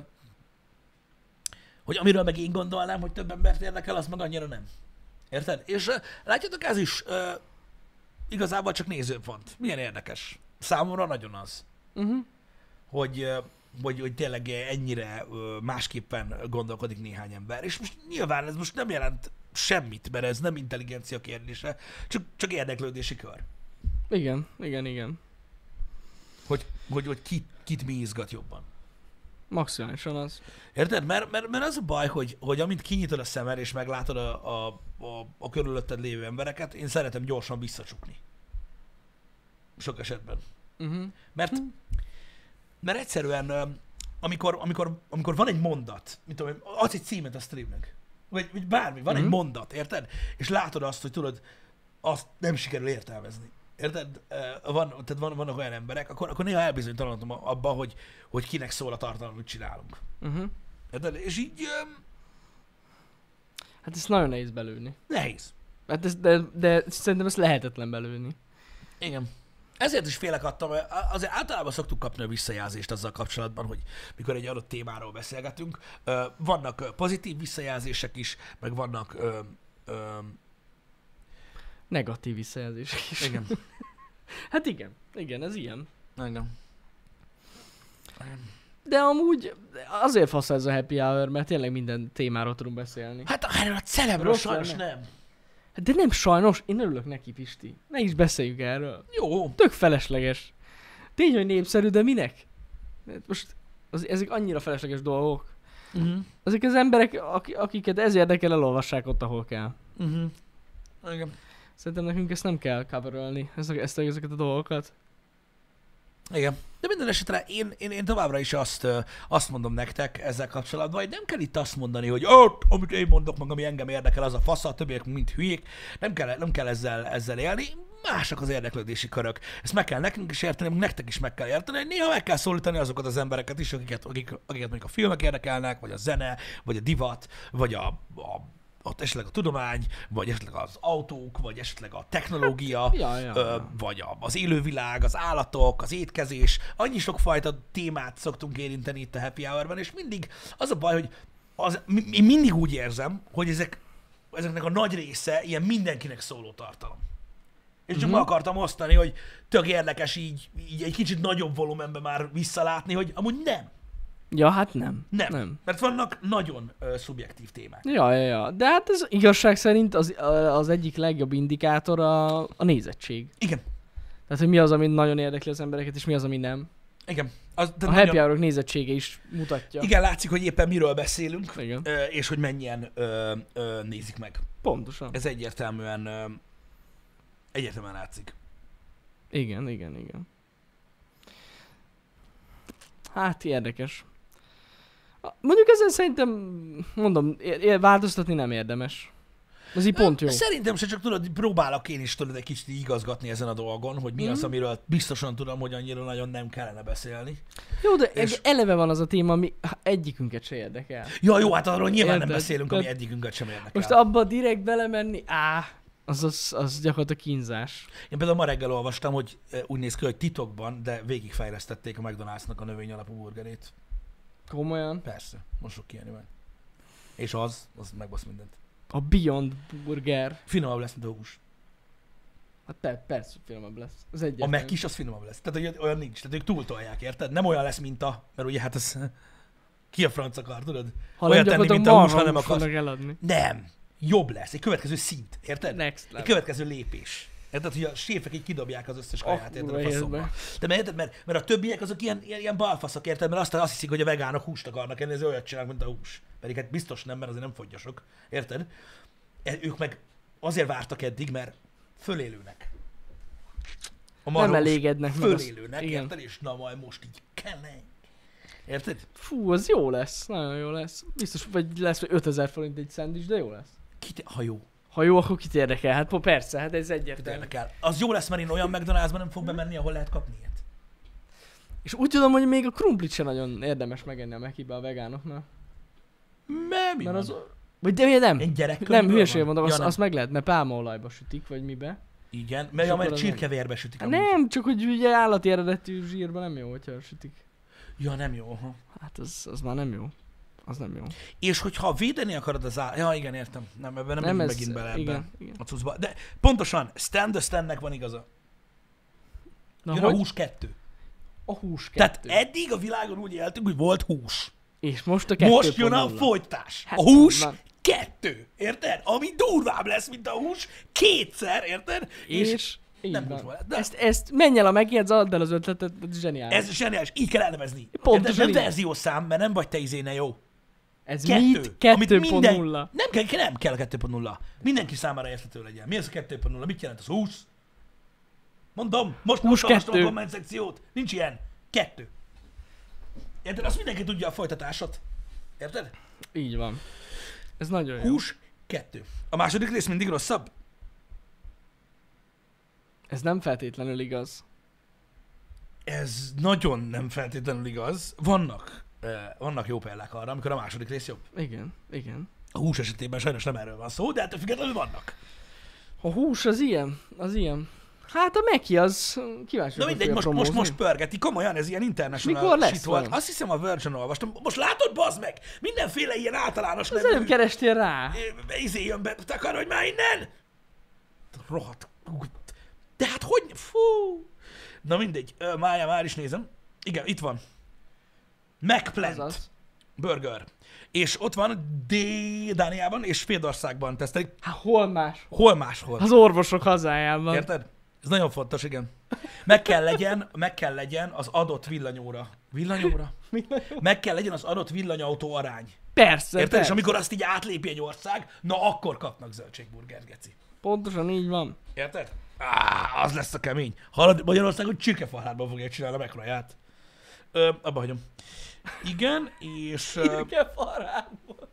hogy amiről meg én gondolnám, hogy több embert érdekel, az meg annyira nem. Érted? És látjátok, ez is igazából csak nézőpont. Milyen érdekes. Számomra nagyon az, hogy tényleg ennyire másképpen gondolkodik néhány ember. És most nyilván ez most nem jelent semmit, mert ez nem intelligencia kérdése, csak érdeklődési kör. Igen. Hogy kit mi izgat jobban. Maximálisan az. Érted? Mert az a baj, hogy amint kinyitod a szemed és meglátod a körülötted lévő embereket, én szeretem gyorsan visszacsukni. Sok esetben. Mert egyszerűen, amikor van egy mondat, mint tudom, adsz egy címet a streamnek, vagy bármi, van egy mondat, érted? És látod azt, hogy tudod, azt nem sikerül értelmezni. Érted? Tehát vannak olyan emberek, akkor néha elbizonytalanodom abban, hogy kinek szól a tartalom, amit csinálunk. Érted? És így Hát ezt nagyon nehéz belőni. Nehéz. Hát de szerintem ezt lehetetlen belőni. Igen. Ezért is félek attól, mert azért általában szoktuk kapni a visszajelzést azzal kapcsolatban, hogy mikor egy adott témáról beszélgetünk. Vannak pozitív visszajelzések is, meg vannak... Negatív visszajelzések is. Igen. Hát igen, ez ilyen. Igen. De amúgy azért fasz ez a happy hour, mert tényleg minden témáról tudunk beszélni. Hát erről a celebről Rossz sajnos lenne. nem. De nem sajnos, én örülök neki, Pisti. Ne is beszéljünk erről. Jó. Tök felesleges. Tény, hogy népszerű, de minek? Most ezek annyira felesleges dolgok. Uh-huh. Ezek az emberek, akiket ez érdekel, elolvassák ott, ahol kell. Uh-huh. Igen. Szerintem nekünk ezt nem kell coverölni, ezeket a dolgokat. Igen. De minden esetre én továbbra is azt mondom nektek ezzel kapcsolatban, hogy nem kell itt azt mondani, hogy amit én mondok meg, ami engem érdekel, az a fasz, a többiek mind hülyék. Nem kell ezzel élni. Mások az érdeklődési körök. Ezt meg kell nekünk is érteni, nektek is meg kell érteni, hogy néha meg kell szólítani azokat az embereket is, akiket mondjuk a filmek érdekelnek, vagy a zene, vagy a divat, vagy esetleg a tudomány, vagy esetleg az autók, vagy esetleg a technológia, vagy az élővilág, az állatok, az étkezés. Annyi sokfajta témát szoktunk érinteni itt a Happy Hour-ben, és mindig az a baj, hogy én mindig úgy érzem, hogy ezeknek a nagy része ilyen mindenkinek szóló tartalom. És csak meg akartam osztani, hogy tök érdekes így egy kicsit nagyobb volumenben már visszalátni, hogy amúgy nem. Ja, hát nem. Mert vannak nagyon szubjektív témák. Ja. De hát ez igazság szerint az egyik legjobb indikátor a nézettség. Igen. Tehát, hogy mi az, ami nagyon érdekli az embereket, és mi az, ami nem. Igen. A happy hour-ok nézettsége is mutatja. Igen, látszik, hogy éppen miről beszélünk, Igen. És hogy mennyien nézik meg. Pontosan. Ez egyértelműen látszik. Igen. Hát érdekes. Mondjuk ezen szerintem, mondom, változtatni nem érdemes. Ez így pont jó. Szerintem se, csak tudod, próbálok én is egy kicsit igazgatni ezen a dolgon, hogy mi az, amiről biztosan tudom, hogy annyira nagyon nem kellene beszélni. Jó, de eleve van az a téma, ami egyikünket se érdekel. Ja, jó, hát arról nyilván nem beszélünk, ami egyikünket sem érdekel. Most abba direkt belemenni, az gyakorlatilag kínzás. Én például ma reggel olvastam, hogy úgy néz ki, hogy titokban, de végigfejlesztették a McDonald's-nak a növény alapú burgerét. Komolyan? Persze, most fog kijönni meg. És az megbasz mindent. A Beyond Burger. Finomabb lesz, mint a hús. Hát persze, hogy finomabb lesz. Az a Mac is az finomabb lesz. Tehát hogy olyan nincs. Tehát ők túltolják, érted? Nem olyan lesz, mint mert ugye hát ez... Ki a franc akar, tudod? Olyan tenni, mint a hús, ha nem akarsz. Nem. Jobb lesz. Egy következő szint, érted? Next level. Egy következő lépés. Érted, hogy a séfek így kidobják az összes kaját, érted, a faszomba. De mert a többiek azok ilyen balfaszok, érted? Mert azt hiszik, hogy a vegánok húst akarnak enni, ez olyat csinálnak, mint a hús. Pedig hát biztos nem, mert azért nem fogyasok. Érted? Ők meg azért vártak eddig, mert fölélőnek. Nem elégednek. Fölélőnek, érted? És na majd most így kellene. Érted? Fú, az jó lesz. Nagyon jó lesz. Biztos, vagy lesz 5000 forint egy szendvics, de jó lesz. Ha jó. Ha jó, akkor kit érdekel? Hát persze, hát ez egyértelmű. Az jó lesz, mert én olyan McDonald'sban nem fog bemenni, ahol lehet kapni ilyet. És úgy tudom, hogy még a krumplit sem nagyon érdemes megenni a Mekibe a vegánoknál. Mert az... Vagy de nem. Nem, hülyeség mondom, azt meg lehet, mert pálmaolajba sütik, vagy mibe. Igen, mert csirkevérbe sütik. Nem, csak hogy ugye állati eredetű zsírban nem jó, hogyha sütik. Ja, nem jó. Aha. Hát az már nem jó. Az nem jó. És hogyha védeni akarod az ja, igen, értem. Nem, ebben nem megyünk megint bele ebben a cuccba. De pontosan, Stannek van igaza. Jön a hús 2. A hús 2. Tehát eddig a világon úgy éltünk, hogy volt hús. És most a 2. Most jön a folytás. Hát, a hús 2. Érted? Ami durvább lesz, mint a hús. 2-szer, érted? És nem úgy van. Ezt menj el a megjegyz, add el az ötletet, ez zseniális. Ez zseniális, így kell elnevezni. Pontosan nem verziószám, mert nem vagy te izéne jó. Ez 2.0. Nem kell a 2.0. Mindenki számára érthető legyen. Mi az a 2.0? Mit jelent az 20? Mondom, most olvastam a komment szekciót. Nincs ilyen. 2. Érted? Azt mindenki tudja a folytatásot. Érted? Így van. Ez nagyon jó. Hús 2. A második rész mindig rosszabb? Ez nem feltétlenül igaz. Ez nagyon nem feltétlenül igaz. Vannak jó példák arra, amikor a második rész jobb. Igen. A hús esetében sajnos nem erről van szó, de ettől függetlenül vannak. A hús az ilyen, az ilyen. Hát a Meki az kíváncsi. Na mindegy, most pörgeti, komolyan, ez ilyen international mikor lesz shit volt. valami? Azt hiszem a Virgin olvastam. Most látod, bazd meg? Mindenféle ilyen általános az nem kerestél rá. Izé jön be, takar, hogy már innen? Rohadt. De hát hogy? Fú. Na mindegy, már is nézem. Igen, itt van. McPlant Azaz. Burger. És ott van Dániában és Svédországban tesztelik. Hát hol más? Hol máshol? Az orvosok hazájában. Érted? Ez nagyon fontos, igen. Meg kell legyen az adott villanyóra. Villanyóra? Meg kell legyen az adott villanyautó arány. Persze, Érted? persze. És amikor azt így átlépi egy ország, na akkor kapnak zöldségburgert, geci. Pontosan így van. Érted? Az lesz a kemény. Hallod, Magyarországon csirkefalhátban fogják csinálni a mekraját. Abba hagyom. Igen, és... Csirkefarádból.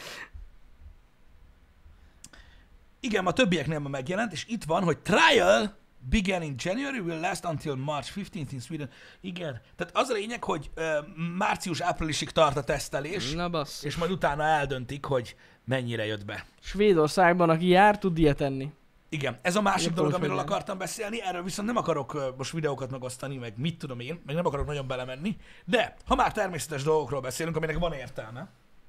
Igen, a többieknél ma megjelent, és itt van, hogy trial began in January, will last until March 15th in Sweden. Igen, tehát az a lényeg, hogy március-áprilisig tart a tesztelés, Na basszus. és majd utána eldöntik, hogy mennyire jött be. Svédországban, aki jár, tud ilyet enni. Igen, ez a másik Igen, dolog, tudom, amiről hogy akartam beszélni, erről viszont nem akarok most videókat megosztani, meg mit tudom én, meg nem akarok nagyon belemenni, de ha már természetes dolgokról beszélünk, aminek van értelme,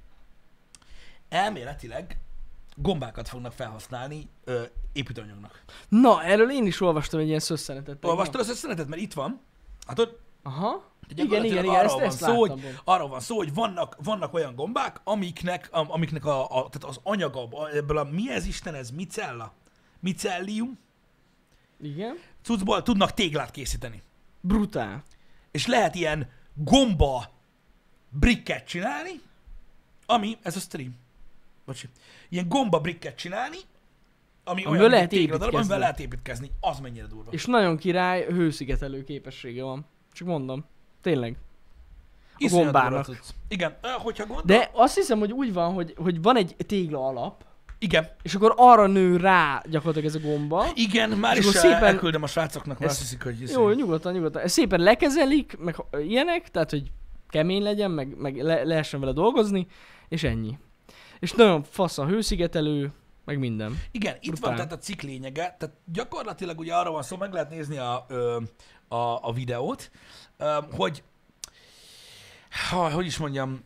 elméletileg gombákat fognak felhasználni építőanyagnak. Na, erről én is olvastam egy ilyen szösszenetet. Olvastad az összenetet? Mert itt van. Hát Aha. gyakorlatilag Igen, arról ezt van szó, láttam. arról van szó, hogy vannak olyan gombák, amiknek tehát az anyaga, ebből mi ez Isten, ez micella? Micellium? Igen. Cuccból tudnak téglát készíteni. Brutál. És lehet ilyen gomba brikket csinálni, ami, ez a stream. Bocsi. Ilyen gomba brikket csinálni, ami olyan, lehet mint tégladarab, építkezni. amivel lehet építkezni. Az mennyire durva. És nagyon király hőszigetelő képessége van. Csak mondom. Tényleg. Iszonyat gombának. durva cucc. Igen, hogyha gondol... De azt hiszem, hogy úgy van, hogy van egy tégla alap, Igen. és akkor arra nő rá gyakorlatilag ez a gomba. Igen, már És is akkor szépen- elküldöm a srácoknak, mert Ez- azt hiszik, hogy... Jó, nyugodtan. Ezt szépen lekezelik, meg ilyenek, tehát hogy kemény legyen, meg lehessen vele dolgozni, és ennyi. És nagyon fasz a hőszigetelő, meg minden. Igen, itt Brutál. van tehát a cikk lényege, tehát gyakorlatilag ugye arra van szó, meg lehet nézni a videót, hogy hogy is mondjam,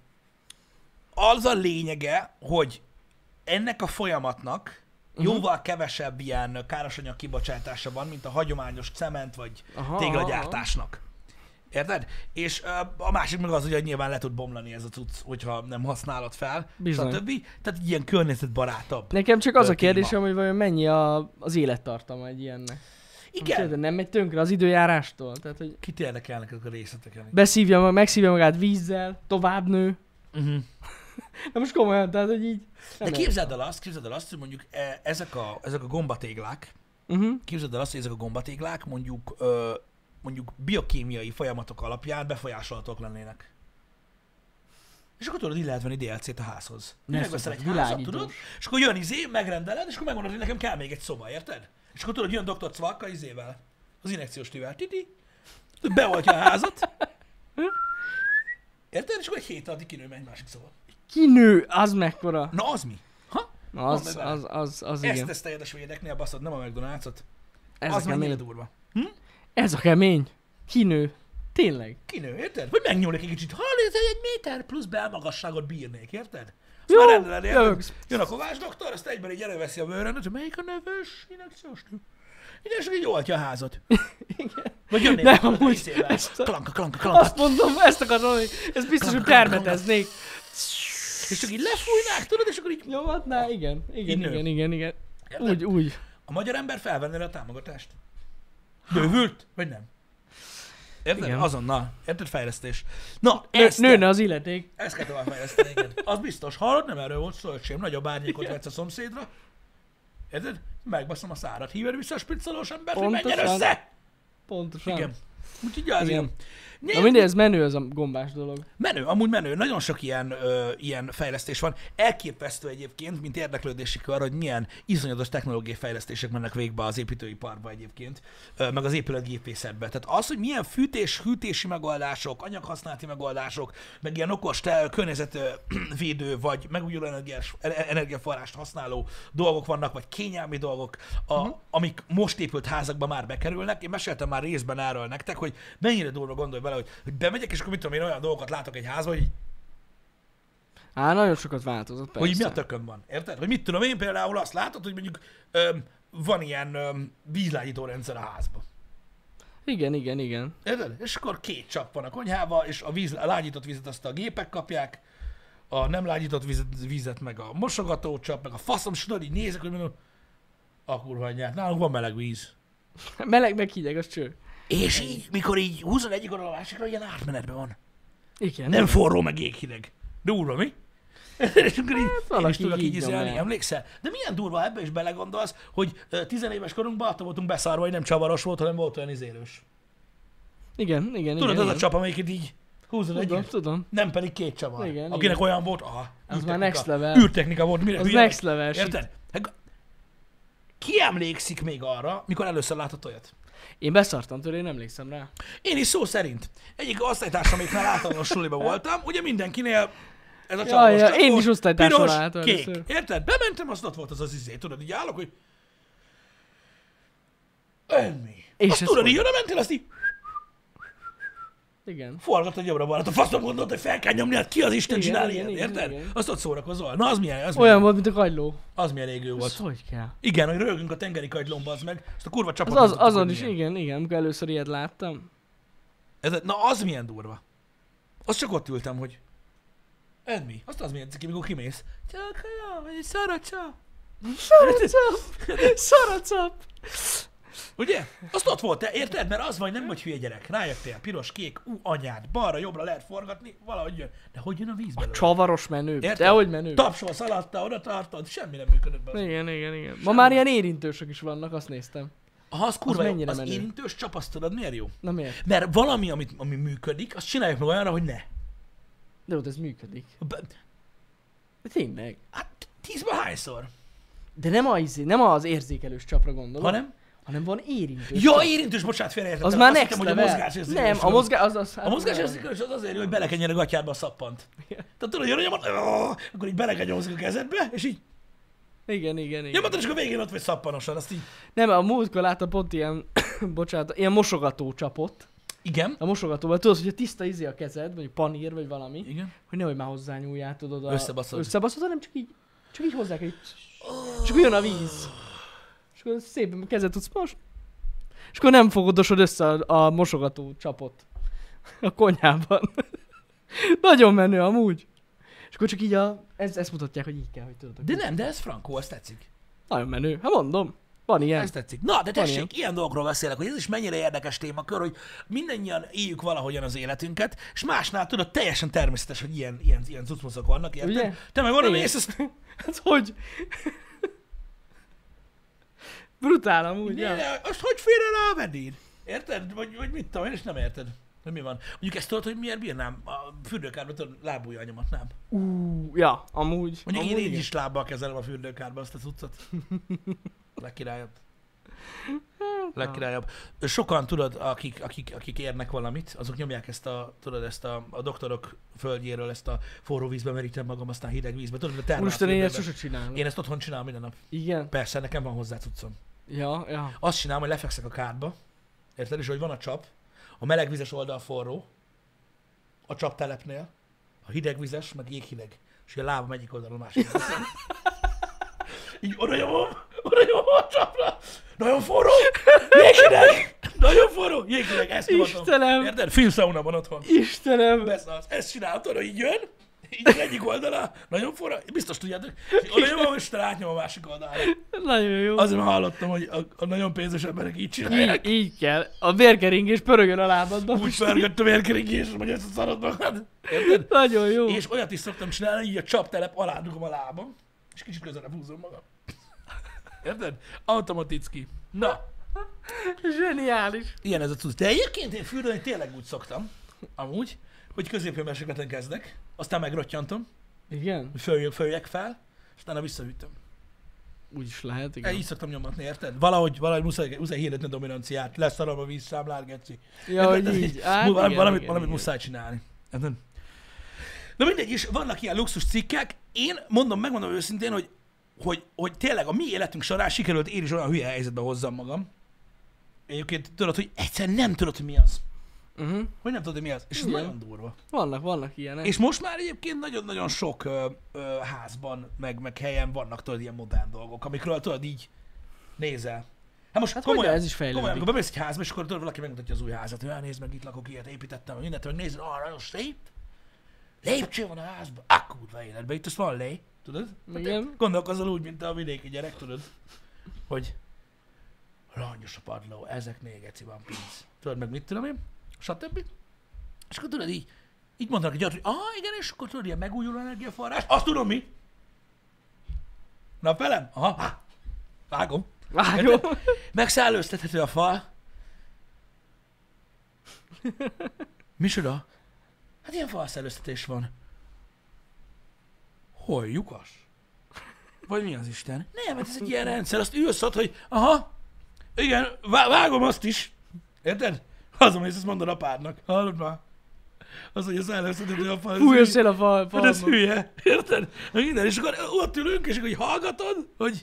az a lényege, hogy ennek a folyamatnak jóval kevesebb ilyen károsanyag kibocsátása van, mint a hagyományos cement vagy Aha, téglagyártásnak. Érted? És a másik meg az, hogy nyilván le tud bomlani ez a cucc, hogyha nem használod fel, Bizony. stb. Tehát ilyen környezetbarátabb. Nekem csak az a Téma. kérdésem, hogy vajon mennyi az élettartama egy ilyennek. Igen. De nem megy tönkre az időjárástól? Tehát, hogy Kit érdekelnek ezek a részletek? megszívja magát vízzel, tovább nő. Uh-huh. Na most komolyan, tehát, hogy így... De képzeld el azt, hogy mondjuk ezek a gombatéglák, képzeld el azt, hogy ezek a gombatéglák mondjuk biokémiai folyamatok alapján befolyásolhatók lennének. És akkor tudod, így lehet venni DLC-t a házhoz. Megveszel egy házat, világítós. tudod? És akkor jön megrendeled, és akkor megmondod, hogy nekem kell még egy szoba, érted? És akkor tudod, jön Dr. Cvalka az injekciós tűvel. Beoltja a házat. Érted? És akkor egy hét alatt kinő egy másik szoba. Kinő, az mekkora. Na az mi? Ha? Na, Mondd az, meg vele. az Ezt igen. teszteljed a svédeknél, baszod, nem a McDonald's-ot. Ez Az a mennyire kemény. durva. Ez a kemény. Kinő. Tényleg. Kinő, érted? Hogy megnyúlik egy kicsit. Hallod, egy méter plusz belmagasságot bírnék, érted? Azt Jó, már rendeled, érted? jövök. Jön a Kovács doktor, azt egyben így előveszi a bőrrendet, hogy melyik a neves injekciós tű. Igen, és így oltja a házat. Vagy jönnél Nem, tudod, amúgy részével. ezt a- Klanka. Azt mondom, ezt akartam mondani. Ez biztos, hogy permeteznék. És csak így lefújnák, tudod, és akkor így... Nyomatná, igen. nő. Igen. Érted? Úgy. A magyar ember felvenné a támogatást. Bővült? Vagy nem? Érted? Igen. Azonnal. Érted? Fejlesztés. Na, ezt Nőne az illeték. Ezt kell tovább fejleszteni, igen. Az biztos. Hallod, nem erről volt szó, öcsém. Nagyobb árnyékot vetsz a szomszédra. Érted? Megbaszom a szárat. Híved vissza a spriccolós embert, hogy menjen Pontosan. össze! Pontosan. Igen. Úgyhogy az Igen. igen. Na mindegy, ez menő az a gombás dolog. Menő, amúgy menő. Nagyon sok ilyen fejlesztés van. Elképesztő egyébként, mint érdeklődési kör, hogy milyen iszonyatos technológiai fejlesztések mennek végbe az építőiparba egyébként, meg az épületgépészetbe. Tehát az, hogy milyen hűtési megoldások, anyaghasználati megoldások, meg ilyen okos környezetvédő, vagy megújuló energiaforrást használó dolgok vannak, vagy kényelmi dolgok, amik most épült házakba már bekerülnek. Én meséltem már részben erről nektek, hogy mennyire durva, gondolj bele, hogy bemegyek, és akkor mit tudom én, olyan dolgokat látok egy házban, hogy Nagyon sokat változott, persze. hogy mi a tökön van, érted? Vagy mit tudom én, például azt látod, hogy mondjuk van ilyen vízlágyító rendszer a házban. Igen. Érted? És akkor 2 csap van a konyhába, és a lágyított vizet azt a gépek kapják, a nem lágyított vizet meg a mosogatócsap, meg a faszom, és tudod, így nézek, hogy mondom, a kurva anyját, nálunk van meleg víz. Meleg meg hideg, az cső. És így, mikor így húzod egyik oldal a másikra, ilyen átmenetben van. Igen. Nem forró, meg jéghideg. Durva, mi? És akkor így, én is tudok így nyomja. izélni, emlékszel? De milyen durva, ebbe is belegondolsz, hogy 10 éves korunkban attól voltunk beszarva, hogy nem csavaros volt, hanem volt olyan izélős. Igen. Tudod, az a csap, amelyiket így húzod együtt? Tudom. Nem pedig 2 csavar. Igen, Akinek igen. olyan volt, Az már next level. Űrtechnika volt, mire Az hülye next vagy. level shit. Érted? Ki emlékszik még arra, mikor először látott olyat? Én beszartam tőle, én emlékszem rá. Én is szó szerint. Egyik osztálytársam, amiknál általános suliba voltam, ugye mindenkinél ez a Ja, csavaros csap én volt, is osztálytársam piros, láttam kék. először. Érted? Bementem, azt ott volt az izé, tudod, így állok, hogy mi? És Azt ez tudod, hogy? így oda mentél, azt így Igen. forgattad jobbra-balra. A faszom gondolt, hogy fel kell nyomni, hát ki az Isten Igen, csinál igen, ilyen, igen, érted? igen. Azt ott szórakozol. Na, az milyen Olyan volt, mint a kagyló. az milyen égő Az volt. hogy kell? Igen, hogy rögünk a tengeri kagylomba, az meg, azt a kurva csapat. Azon is, igen, amikor először ilyet láttam. Na, az milyen durva. Azt csak ott ültem, hogy mi? Azt az milyen ciki, mikor kimész. Csak olyan, egy szaracsa. Szaracap! Ugye? Azt ott volt, te érted? Mert az vagy, nem vagy hülye gyerek. Rájöttél, piros, kék, anyád, balra, jobbra lehet forgatni, valahogy jön. De hogy jön a víz belőle? Csavaros menő. Érted? Dehogy menő. Tapsolsz alatta, oda tartod, semmi nem működött be. Igen. Ma már ilyen érintősök is vannak, azt néztem. Aha, az kurva jó. mennyire Az menő? érintős csap, azt tudod, miért jó? Na miért? Mert valami, ami működik, azt csináljuk meg olyanra, hogy ne. De ott ez működik. Be- De tényleg. Hát 10-ben hányszor? De nem az érzékelős csapra gondolom. Hanem van érintős Ja, csap. érintős, bocsánat, félreértettem. Az már Azt next hittem, hogy level. a mozgásérzékelős. Nem, a mozgás az A mozgásérzékelős az azért jó, hogy belekenjen a gatyádba a szappant. Tehát tudod, hogy nyomod, akkor így belekenyomszik a kezedbe, és így Igen. nyomod, és akkor végén ott vagy szappanosan, azt így. Nem, a múltkor láttam pont ilyen, bocsánat, ilyen mosogató csapot. Igen. A mosogatóval tudod, hogy a tiszta izé a kezed, vagy panír, vagy valami, Igen. hogy nehogy már hozzányúljál, tudod, Összebaszod. hanem csak így hozzá kell, és akkor jön a víz. És akkor szépen kezed tudsz most. És akkor nem fogodosod össze a mosogató csapot a konyhában. Nagyon menő amúgy. És akkor csak így ezt mutatják, hogy így kell, hogy tudod. De ez frankó, ez tetszik. Nagyon menő. Hát mondom, van ilyen. Ez tetszik. Na, de Van tessék, ilyen dolgokról beszélek, hogy ez is mennyire érdekes témakör, hogy mindannyian éljük valahogyan az életünket, és másnál tudod, teljesen természetes, hogy ilyen cuccmoszok vannak, érted? Ugye? Te meg oda Igen. mész, azt Hát hogy? Brutál amúgy, ja. azt hogy félre rá a vedéd? Érted? Vagy mit tudom, én is nem érted, hogy mi van. Mondjuk ezt tudod, hogy miért bírnám a fürdőkárba, tudod, lábújjal nyomatnám. Ja, amúgy. Mondjuk én így igen. is lábbal kezelem a fürdőkárba azt a cuccot. Legkirályabb. Legkirályabb. Sokan tudod, akik érnek valamit, azok nyomják ezt a doktorok földjéről, ezt a forró vízbe merítem magam, aztán hideg vízbe. Tudod, a termál Úristen, én ezt fürdőben. sose csinálom. Én ezt otthon csinálom minden nap. Igen? Persze, nekem van hozzá cuccom. Ja. Azt csinálom, hogy lefekszek a kádba, érted, és hogy van a csap, a melegvizes oldal forró, a csaptelepnél, a hidegvizes, meg jéghideg. És a lábam egyik oldalon, a másik oldalon. Így oda nyomom a csapra. Nagyon forró, jéghideg, nagyon forró, jéghideg, ezt nyomatom. Istenem! Érted? Filmszauna van otthon. Istenem! Beszarsz. Ezt csinálod, hogy így jön, így az egyik oldala, nagyon forró, biztos tudjátok, oda nyomom, és utána átnyom a másik oldalra. Nagyon jó. Azért már hallottam, hogy a nagyon pénzes emberek így csinálják. Így kell. A vérkeringés pörögön a lábadban. Úgy felgött a vérkeringés, hogy ezt a szarod magad. Érted? Nagyon jó. És olyat is szoktam csinálni, így a csaptelep alá dugom a lábam, és kicsit közelebb húzom magam. Érted? Automaticki. Na, Zseniális. ilyen ez a cucc. De egyébként én fürdeni tényleg úgy szoktam, amúgy, hogy középőmérsékleten kezdek, aztán megrottyantom, Igen? hogy följek fel, és utána visszahűtöm. Úgy is lehet, igen. Így szoktam nyomatni, érted? Valahogy muszáj hirdetni a dominanciát, leszarom a vízszámlát, geci. Ja, hogy így. Hát, Valamit muszáj csinálni. Érted? Na mindegy, és vannak ilyen luxus cikkek. Én megmondom őszintén, hogy tényleg a mi életünk során sikerült én is olyan hülye helyzetbe hozzam magam. Egyébként tudod, hogy egyszerűen nem tudod, hogy mi az. Hogy nem tudod, hogy mi az. És ez nagyon durva. Vannak ilyenek. És most már egyébként nagyon-nagyon sok házban, meg helyen vannak tudod ilyen modern dolgok, amikről tudod így nézel. Hát most komolyan, ez is fejlődik. amikor bemész egy házba, és akkor tudod, valaki megmutatja az új házat, hogy nézd meg, itt lakok, ilyet építettem, mindent, meg nézd, nagyon szép. Lépcső van a házban, kurva életben, itt azt van lé, tudod? Igen. Gondolkozol úgy, mint a vidéki gyerek, tudod? Hogy langyos a padló, ezeknél geci van pénz. Tudod meg mit tudom én? Stb. És akkor tudod így mondanak egy olyat, hogy igen, és akkor tudod, ilyen megújuló energiaforrás, azt tudom mi? Napelem? Aha, vágom. Megszellőztethető a fal. Micsoda? Hát ilyen falszellőztetés van. Hol, lyukas? Vagy mi az Isten? Nem, hát ez egy ilyen rendszer, azt ülsz ott, hogy igen, vágom azt is. Érted? Hazamész, ezt mondod apádnak. Hallod már? Az, hogy a szellőztethető a fal. Fújja szél a fal. Hát ez hülye. Érted? Minden, és akkor ott ülünk, és akkor hallgatod, hogy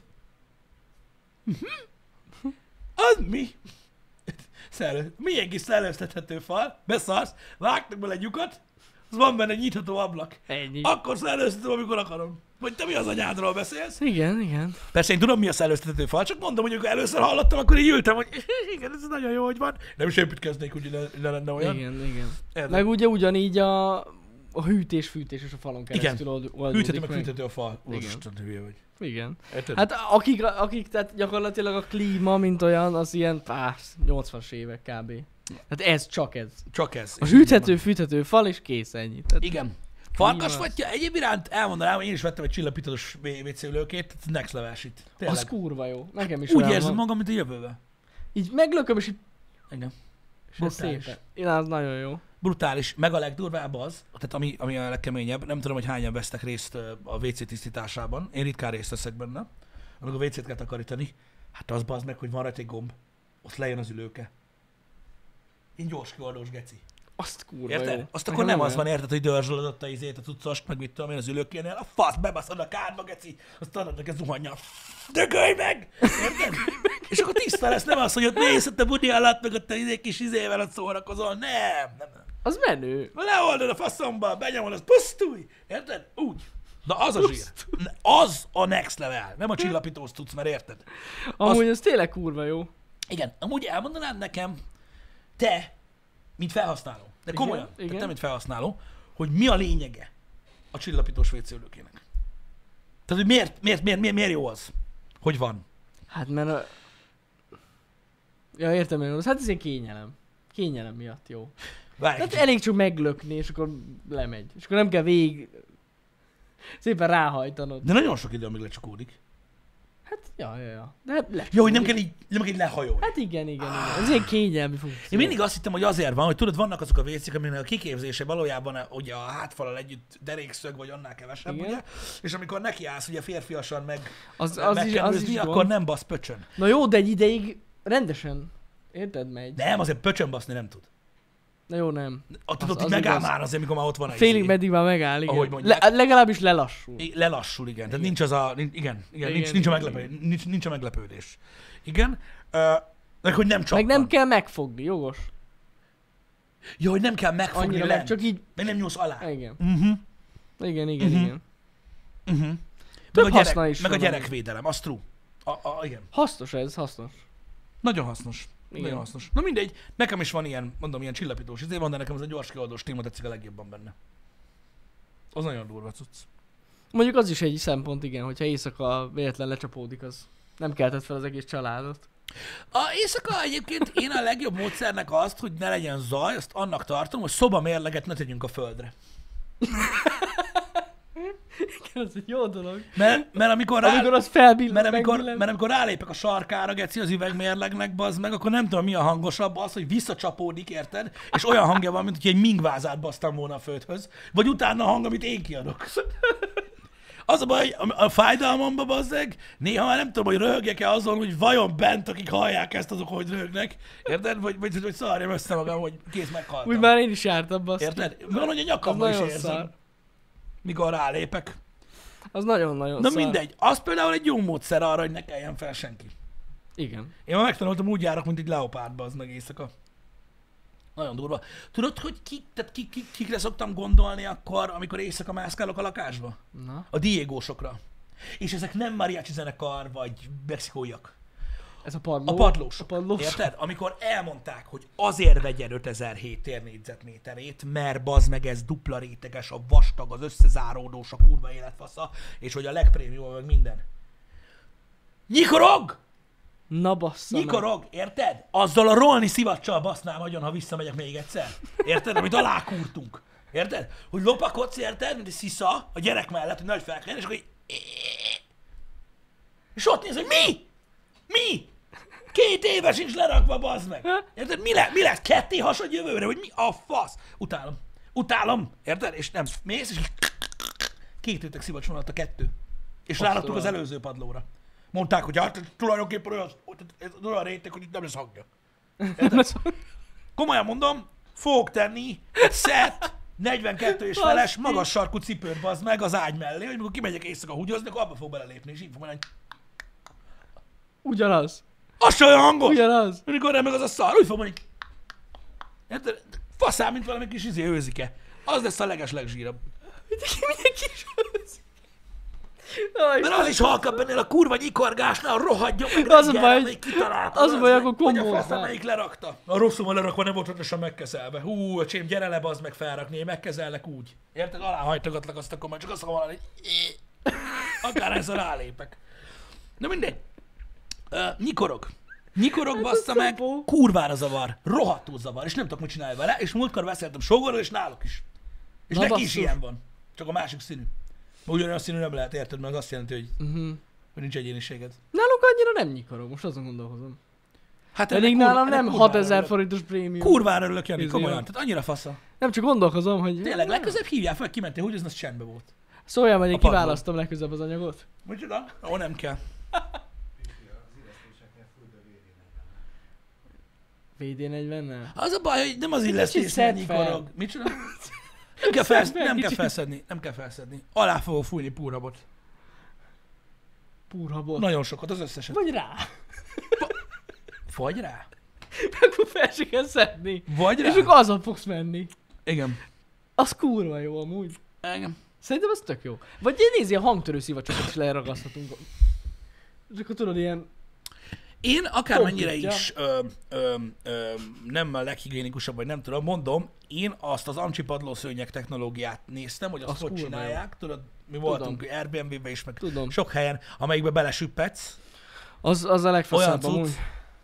az mi? Milyen kis szellőztethető fal, beszarsz, vágtak bele egy lyukat, az van benne egy nyitható ablak. Ennyi. Akkor szellőztetem, amikor akarom. Vagy te mi az anyádról beszélsz? Igen. Persze én tudom, mi a szellőztethető fal, csak mondom, hogy amikor először hallottam, akkor így ültem, hogy igen, ez nagyon jó, hogy van. Nem is építkeznék, hogy ne lenne olyan. Igen. Érde? Meg ugye ugyanígy a hűtés és a falon keresztül oldódik Hűthető meg fűthető a fal. Igen. Úristen, hülye vagy. Igen. Érted? Hát akik tehát gyakorlatilag a klíma, mint olyan, az ilyen 80-as évek kb. Tehát ez. Csak ez. A hűthető fal, és kész ennyi. Tehát Igen. Farkasfatja, egyéb iránt elmondanám, én is vettem egy csillapítós WC ülőkét, next level shit. az kurva jó. Nekem is Úgy olyan érzem van. magam, mint a jövőbe. Így meglököm, és így... Igen. És ez szépen. Az nagyon jó. Brutális. Meg a legdurvább az, tehát ami a legkeményebb, nem tudom, hogy hányan vesztek részt a WC tisztításában. Én ritkán részt veszek benne. Amikor WC-t kell takarítani, hát az bazd meg, hogy van rajta egy gomb. Ott lejön az ülőke. Én gyors kioldós geci. Azt kurva Érted? jó. Azt akkor nem az van, érted, hogy dörzsölöd ott a izét, a cuccost, meg mit tudom én az ülőkénél, a fasz, bebaszod a kádba, geci, azt adod neki zuhanja, dögölj meg! Érted? És akkor tiszta lesz, nem az, hogy ott mész ott a budi alatt, meg ott a kis izével ott szórakozol, nem. Az menő. Leoldod a faszomba, benyomod, az pusztulj! Érted? Úgy. Na az a zsír. Az a next level, nem a csillapítós tudsz, mert érted? Amúgy ez tényleg kurva jó. Igen, amúgy elmondanád nekem, te, mint felhasználó, de komolyan, igen. te mint felhasználó, hogy mi a lényege a csillapítós WC-ülőkének? Tehát, hogy miért jó az, hogy van? Hát mert Ja, értem én. Hát ez egy kényelem. Kényelem miatt jó. Várj, Hát elég csak meglökni, és akkor lemegy. És akkor nem kell végig szépen ráhajtanod. de nagyon sok idő, amíg lecsukódik. Hát, ja. De hát Jó, hogy nem kell így lehajolni. Hát igen. Ez egy kényelmi funkció. Én mindig azt hittem, hogy azért van, hogy tudod, vannak azok a WC-k, aminek a kiképzése valójában ugye a hátfalal együtt derékszög, vagy annál kevesebb, Igen. ugye? És amikor nekiállsz ugye férfiasan az megkenőzni, is akkor gond. nem basz pöcsön. Na jó, de egy ideig rendesen. Érted, megy. Nem, azért pöcsön baszni nem tud. Na jó, nem. Tudod, az hogy megáll igaz. már azért, mikor már ott van a Félig izé. meddig már megáll, igen. Ahogy mondják. Legalábbis lelassul. Lelassul, igen. Tehát nincs az a... Nincs a meglepődés. Igen. Meg hogy nem csappan. Meg nem kell megfogni, jogos. Jó, hogy nem kell megfogni Annyira lent. meg csak így... Meg nem nyúlsz alá. Igen. Uh-huh. Igen. Meg haszna is meg a van gyerekvédelem, az true. Igen. Hasznos ez, hasznos. Nagyon hasznos. Igen. Nagyon hasznos. Na mindegy, nekem is van ilyen, mondom, ilyen csillapítós izé van, de nekem ez a gyors kioldós téma tetszik a legjobban benne. Az nagyon durva cucc. Mondjuk az is egy szempont, igen, hogyha éjszaka véletlen lecsapódik, az nem keltett fel az egész családot. A éjszaka egyébként én a legjobb módszernek azt, hogy ne legyen zaj, azt annak tartom, hogy szobamérleget ne tegyünk a földre. Ez egy jó dolog. Mert amikor az felbillen, mert amikor rálépek a sarkára, geci, az üvegmérlegnek, bazd meg, akkor nem tudom, mi a hangosabb, az, hogy visszacsapódik, érted? És olyan hangja van, mint hogy egy mingvázát basztam volna a földhöz. Vagy utána a hang, amit én kiadok. Az a baj, a fájdalmamba, bazzeg, néha már nem tudom, hogy röhögjek-e azon, hogy vajon bent, akik hallják ezt, azok hogy röhögnek. Érted? Vagy szarjam össze magam, hogy kész, meghaltam. Úgy már én is jártam, basszus. Érted? Van, hogy a nyakamban is érzem, szar. Mikor rálépek. Az nagyon-nagyon Na szar. mindegy, az például egy jó módszer arra, hogy ne keljen fel senki. Igen. Én már megtanultam, úgy járok, mint egy leopárdba, az meg éjszaka. Nagyon durva. Tudod, hogy kikre szoktam gondolni akkor, amikor éjszaka mászkálok a lakásba? Na. A Diegósokra. És ezek nem mariachi zenekar, vagy mexikóiak. Ez a padló. A padlós. A padlós. Érted? Amikor elmondták, hogy azért vegyen 5007 térnégyzetméterét, mert bazd meg ez dupla réteges, a vastag, az összezáródós, a kurva életfasza, és hogy a legprémium, meg minden. Nyikorog! Na bassza. Nyikorog, érted? Azzal a rolni szivacsal basznám agyon, ha visszamegyek még egyszer. Érted? Amit alákúrtunk. Érted? Hogy lopakodsz, érted? Mint egy szisza a gyerek mellett, hogy nagy felkeljen, és akkor így... És ott néz, hogy mi? Mi? 2 éve sincs lerakva, bazd meg. Érted? Mi lesz? Ketté hasad jövőre? Vagy mi a fasz? Utálom. Utálom. Érted? És nem mész, és 2 réteg szivacs van ott a 2. És ráraktuk az előző padlóra. Mondták, hogy hát tulajdonképpen olyan réteg, hogy itt nem lesz hangja. Komolyan mondom, fogok tenni egy szett, 42 és feles, magas sarkú cipőt bazd meg az ágy mellé, hogy amikor kimegyek éjszaka húgyozni, akkor abba fog belelépni, és így fog menni. Ugyanaz. Az se olyan hangos! Ugyanaz. Amikor remeg az a szar, úgy fog mondani. Faszám, mint valami kis őzike. Az lesz a leges-legzsírabb. Mindenki is az. Mert az is halkabb ennél a kurva nyikorgásnál, rohadjon meg Az a reggel, baj, amelyik kitalálta. az a baj, akkor Hogy a kombózál. faszám, melyik lerakta. A rosszul van lerakva, nem volt rendesen megkezelve. Hú, öcsém, gyere le, bazd meg felrakni, én megkezellek úgy. Érted? Aláhajtogatlak azt, akkor már csak azt mondom, hogy akár ezzel rálépek. Na mindegy. Nyikorog. Nyikorog, bassza meg, kurvára zavar, rohadtul zavar, és nem tudok mit csinálni vele, és múltkor beszéltem sógorral, és náluk is. És Na, neki basszus. is ilyen van. Csak a másik színű. Ugyanolyan színű nem lehet, érted, mert az azt jelenti, hogy nincs egyéniséged. Náluk annyira nem nyikorog, most azon gondolkozom. Hát Pedig nálam nem 6000 forintos prémium. Kurvára örülök, Jani, Izé komolyan. van. Tehát annyira fasza. Nem csak gondolkozom, hogy... Tényleg, legközelebb hívjál fel, kimentél, hogy az csendben volt. Szóljál, hogy én A padló. kiválasztom legközelebb az anyagot. Micsoda? Ó, nem kell. VD40-nel? Az a baj, hogy nem az Kicsit illesztés, szedd nem fel. nyikorog. Micsoda? Nem kell, felsz, fel nem kell kicsit. felszedni, nem kell felszedni. Alá fogok fújni púrabot. Púrhabot. Nagyon sokat, az összeset. Vagy rá. Vagy rá? Akkor fel se kell szedni. Vagy rá? És akkor azon fogsz menni. Igen. Az kurva jó amúgy. Igen. Szerintem az tök jó. Vagy nézi, a hangtörő szivacsokat is leragaszthatunk. És akkor tudod, ilyen... Én akármennyire Komplikja. is nem a leghigiénikusabb, vagy nem tudom, mondom, én azt az Amcsi padlószőnyeg technológiát néztem, hogy azt Az hogy kurva csinálják. Tudod, mi voltunk Airbnb-be is, meg Tudom. sok helyen, amelyikbe belesüppetsz. Az a Olyan legfaszább cucc. amúgy.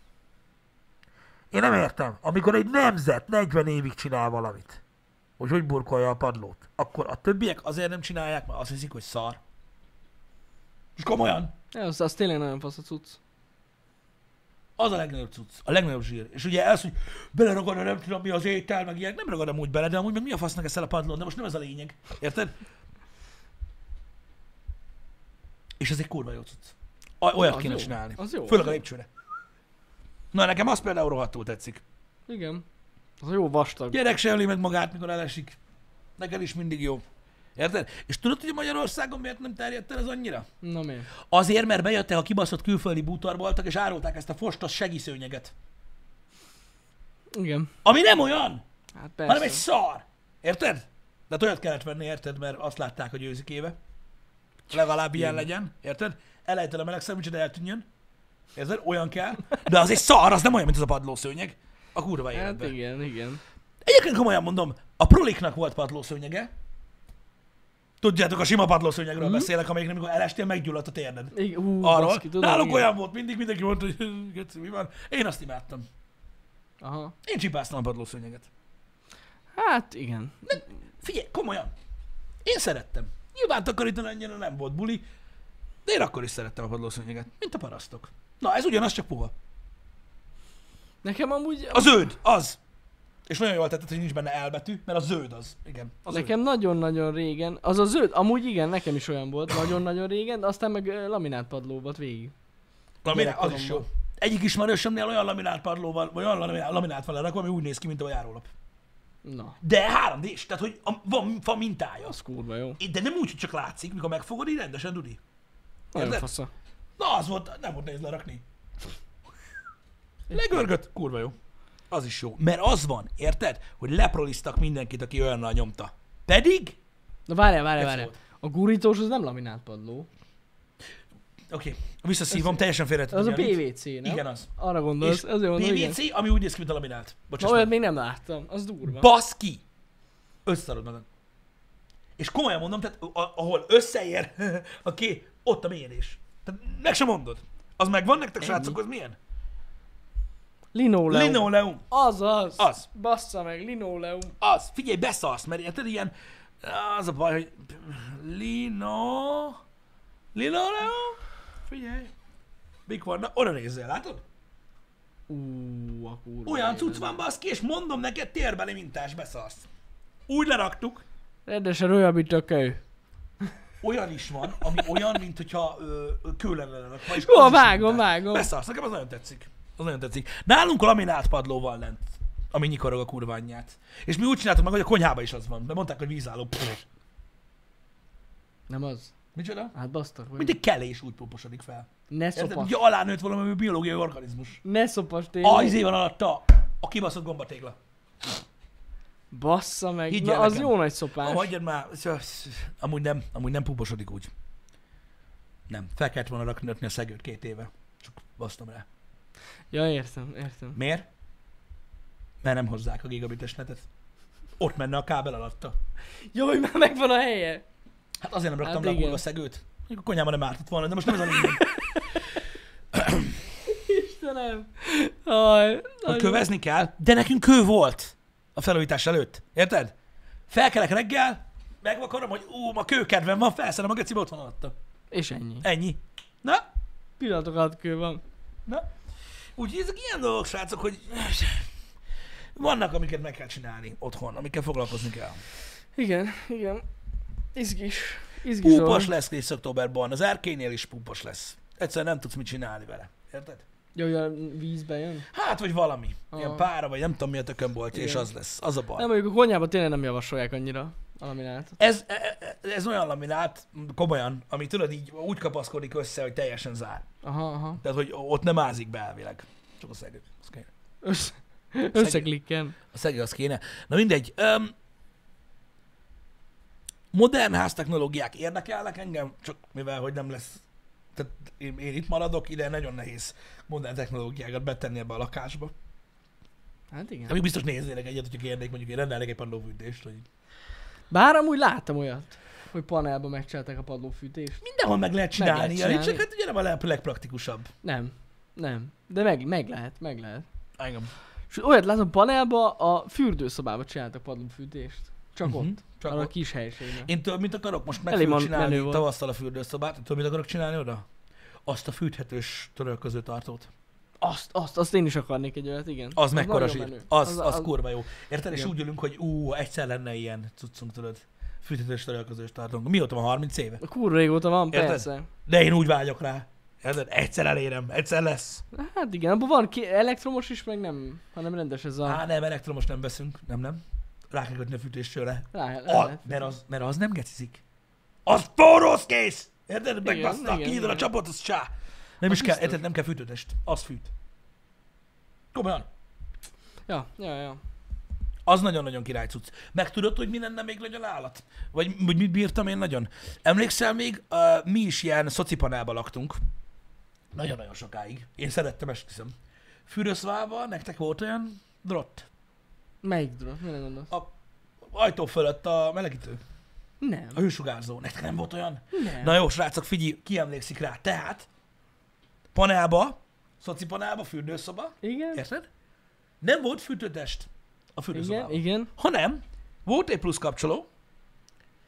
Én nem értem. Amikor egy nemzet 40 évig csinál valamit, hogy burkolja a padlót, akkor a többiek azért nem csinálják, mert azt hiszik, hogy szar. És komolyan. Ja, az tényleg nagyon fasz a cucc. Az a legnagyobb cucc, a legnagyobb zsír. És ugye ez, hogy beleragad, nem tudom mi az étel, meg ilyen, nem ragad amúgy bele, de amúgy meg mi a fasznak eszel a padlón, de most nem ez a lényeg. Érted? És ez egy kurva jó cucc. Olyat Az kéne jó. csinálni. Az jó. Főleg a lépcsőre. Na, nekem az például rohadtul tetszik. Igen. Az a jó vastag. Gyerek se öli meg magát, mikor elesik. Neked is mindig jó. Érted? És tudod, hogy Magyarországon miért nem terjedt el ez annyira? Na miért? Azért, mert bejöttek a kibaszott külföldi bútorboltak, és árulták ezt a fostos segíszőnyeget. Igen. Ami nem olyan, Hát persze. hanem egy szar. Érted? De hát olyat kellett venni, érted? Mert azt látták, hogy őzik éve. Legalább ilyen legyen, érted? Elejtel a meleg szem, de eltűnjön. Érted? Olyan kell. De az egy szar, az nem olyan, mint az a padlószőnyeg. A kurva Hát életben. igen, igen. Egyébként komolyan mondom, a proliknak volt padlószőnyege. Tudjátok, a sima padlószőnyegről beszélek, amelyik amikor elestél, meggyulladt a térded. Igen. Arról. Baszki, tudom, Nálunk igen. olyan volt, mindig mindenki mondta, hogy geci, mi van. Én azt imádtam. Aha. Én csipáztam a padlószőnyeget. Hát igen. Figyelj, komolyan. Én szerettem. Nyilván takarítani annyira nem volt buli, de én akkor is szerettem a padlószőnyeget, mint a parasztok. Na, ez ugyanaz, csak puha. Nekem amúgy... A zöld, az. És nagyon jól tetted, hogy nincs benne elbetű, mert a zöld az. Igen, az Nekem nagyon-nagyon régen, az a zöld, amúgy igen, nekem is olyan volt, nagyon-nagyon régen, de aztán meg laminát padló volt végig. Laminát, az is jó. Egyik ismerősömnél olyan laminát padlóval, vagy olyan laminát van lerakva, ami úgy néz ki, mint a járólap. Na, De 3D-s, tehát hogy van mintája. az kurva jó. De nem úgy, hogy csak látszik, mikor megfogod, így rendesen dudi. Nagyon Érted? fasza. Na az volt, nem volt nehéz lerakni. Legörgött, kurva jó. Az is jó. Mert az van, érted? Hogy leproliztak mindenkit, aki olyannal nyomta. Pedig? Na várjál. Ez volt. A gurítós az nem laminát padló. Oké, visszaszívom, teljesen félretettem. Az a Janit. PVC, nem? Igen, az. Arra gondolsz, És azért mondom, igen. PVC, ami úgy néz ki, mint a laminát. Na Bocsáss olyat meg. még nem láttam, az durva. Baszki! Összeszarod magad. És komolyan mondom, tehát ahol összeér ott a mérés. Tehát meg sem mondod. Az megvan nektek, Ennyi. srácok, az milyen? Linoleum. Linoleum. Az. Az. Bassza meg, linoleum. Az. Figyelj, beszarsz, mert érted ilyen... Az a baj, hogy... Linoleum? Figyelj. Mik vannak? Oda nézzél, látod? A kurva. Olyan cucc van, baszki, és mondom neked, térbeli mintás, beszarsz. Úgy leraktuk, Rendesen olyan, mint a kő. olyan is van, ami olyan, mint hogyha kő lenne lerakva. És Jó, az is vágom, mintás. vágom. Beszarsz, nekem az nagyon tetszik. Az nagyon tetszik. Nálunk a laminát padlóval lent, ami nyikorog a kurva anyját. És mi úgy csináltuk meg, hogy a konyhában is az van. De mondták, hogy vízálló. Nem az? Micsoda? Hát basztak vagy. Mint egy kelés úgy puposodik fel. Ne Érted? szopas. Ugye alánőtt valami biológiai organizmus. Ne szopas tényleg. Izé van alatta a kibaszott gombatégla. Bassza meg. Higgyel Na, az nekem. jó nagy szopás. Hagyjad már. Amúgy nem puposodik úgy. Nem. Fel kellett volna rakni a szegőt 2 éve. Csak basztam rá. Ja, értem. Miért? Mert nem hozzák a gigabites netet. Ott menne a kábel alatta. Jaj, már megvan a helye. Hát azért nem raktam Hát le a igen. kurva szegőt. Még a konyhában nem ártott volna, de most nem ez a lényeg. Istenem. Aj, Hogy kövezni kell, de nekünk kő volt a felújítás előtt. Érted? Felkelek reggel, megvakarom, hogy ma kőkedvem van, felszerem a gecibe, ott van alatta. És ennyi. Ennyi. Na? Pillanatok alatt kő van. Na? Úgyhogy ezek ilyen dolgok, srácok, hogy vannak, amiket meg kell csinálni otthon, amikkel foglalkozni kell. Igen. Izgis Púpos dolog. lesz 10 októberban, az erkélynél is púpos lesz. Egyszerűen nem tudsz mit csinálni vele. Érted? Jó, hogy a vízbe jön. Hát, vagy valami. Ilyen Aha. pára, vagy nem tudom mi a tökönboltja, és Igen. az lesz. Az a baj. Nem, mondjuk a konyhában tényleg nem javasolják annyira a laminátot. Ez olyan laminát, komolyan, ami tudod így úgy kapaszkodik össze, hogy teljesen zár. Aha. Tehát, hogy ott nem ázik be elvileg. Csak a szegő. Az kéne. Összeklikken. A szegő az kéne. Na mindegy. Modern háztechnológiák érdekelnek engem, csak mivel, hogy nem lesz. Tehát én itt maradok, ide nagyon nehéz modern technológiákat betenni ebbe a lakásba. Hát igen. Amíg biztos néznének egyet, hogyha kérnék, mondjuk én rendelnék egy padlófűtést, hogy Bár amúgy láttam olyat, hogy panelba megcsinálták a padlófűtést. mindenhol meg lehet csinálni, lehet Jani, csinálni. csak hát ugye nem a legpraktikusabb. Nem. De meg lehet. Engem. És olyat látom, panelba a fürdőszobába csináltak padlófűtést. Csak Mhm, ott. csak Arra a ott. kis helységben. Én tudod, mit akarok? Most meg Elég fogok menő csinálni volt. tavasszal a fürdőszobát. Tudod, mit akarok csinálni oda? Azt a fűthetős törölköző tartót. Azt én is akarnék egy olyat, igen. Az mekkora nagyon zsír. menő. Az kurva jó. Érted? És Igen. úgy ülünk, hogy egyszer lenne ilyen cuccunk, tudod. Fűthetős törölközős tartónk. Mióta van? 30 éve? A kurva régóta van, Érted? persze. De én úgy vágyok rá. Érted? Egyszer elérem, egyszer lesz. Hát igen, abban van elektromos is, meg nem, hanem rendes ez a... Nem, elektromos nem veszünk. Nem. Rá kell kötni a fűtéscsőre. Lehet. Mert az nem gecizik. Az forrósz kész! Érted? Igen, Megbaszta, igen, kinyitod a igen. csapot, az csá. Nem Az is kell, biztos. érted? Nem kell fűtőtest. Az fűt. Komolyan. Ja. Az nagyon-nagyon király cucc. Meg tudod, hogy mi lenne még nagyon állat? Vagy mit bírtam én nagyon? Emlékszel még, mi is ilyen szocipanelba laktunk. Nagyon-nagyon sokáig. Én szerettem, esküszöm. Fürdőszobában nektek volt olyan drott? Melyik dolog? Mire gondolsz? A ajtó fölött a melegítő. Nem. A hősugárzó. Nektek nem volt olyan? Nem. Na jó, srácok, figyelj, ki emlékszik rá. Tehát, panelba, szocipanelba, fürdőszoba, Igen? érted? Nem volt fűtőtest a fürdőszobában. Igen. Hanem volt egy plusz kapcsoló,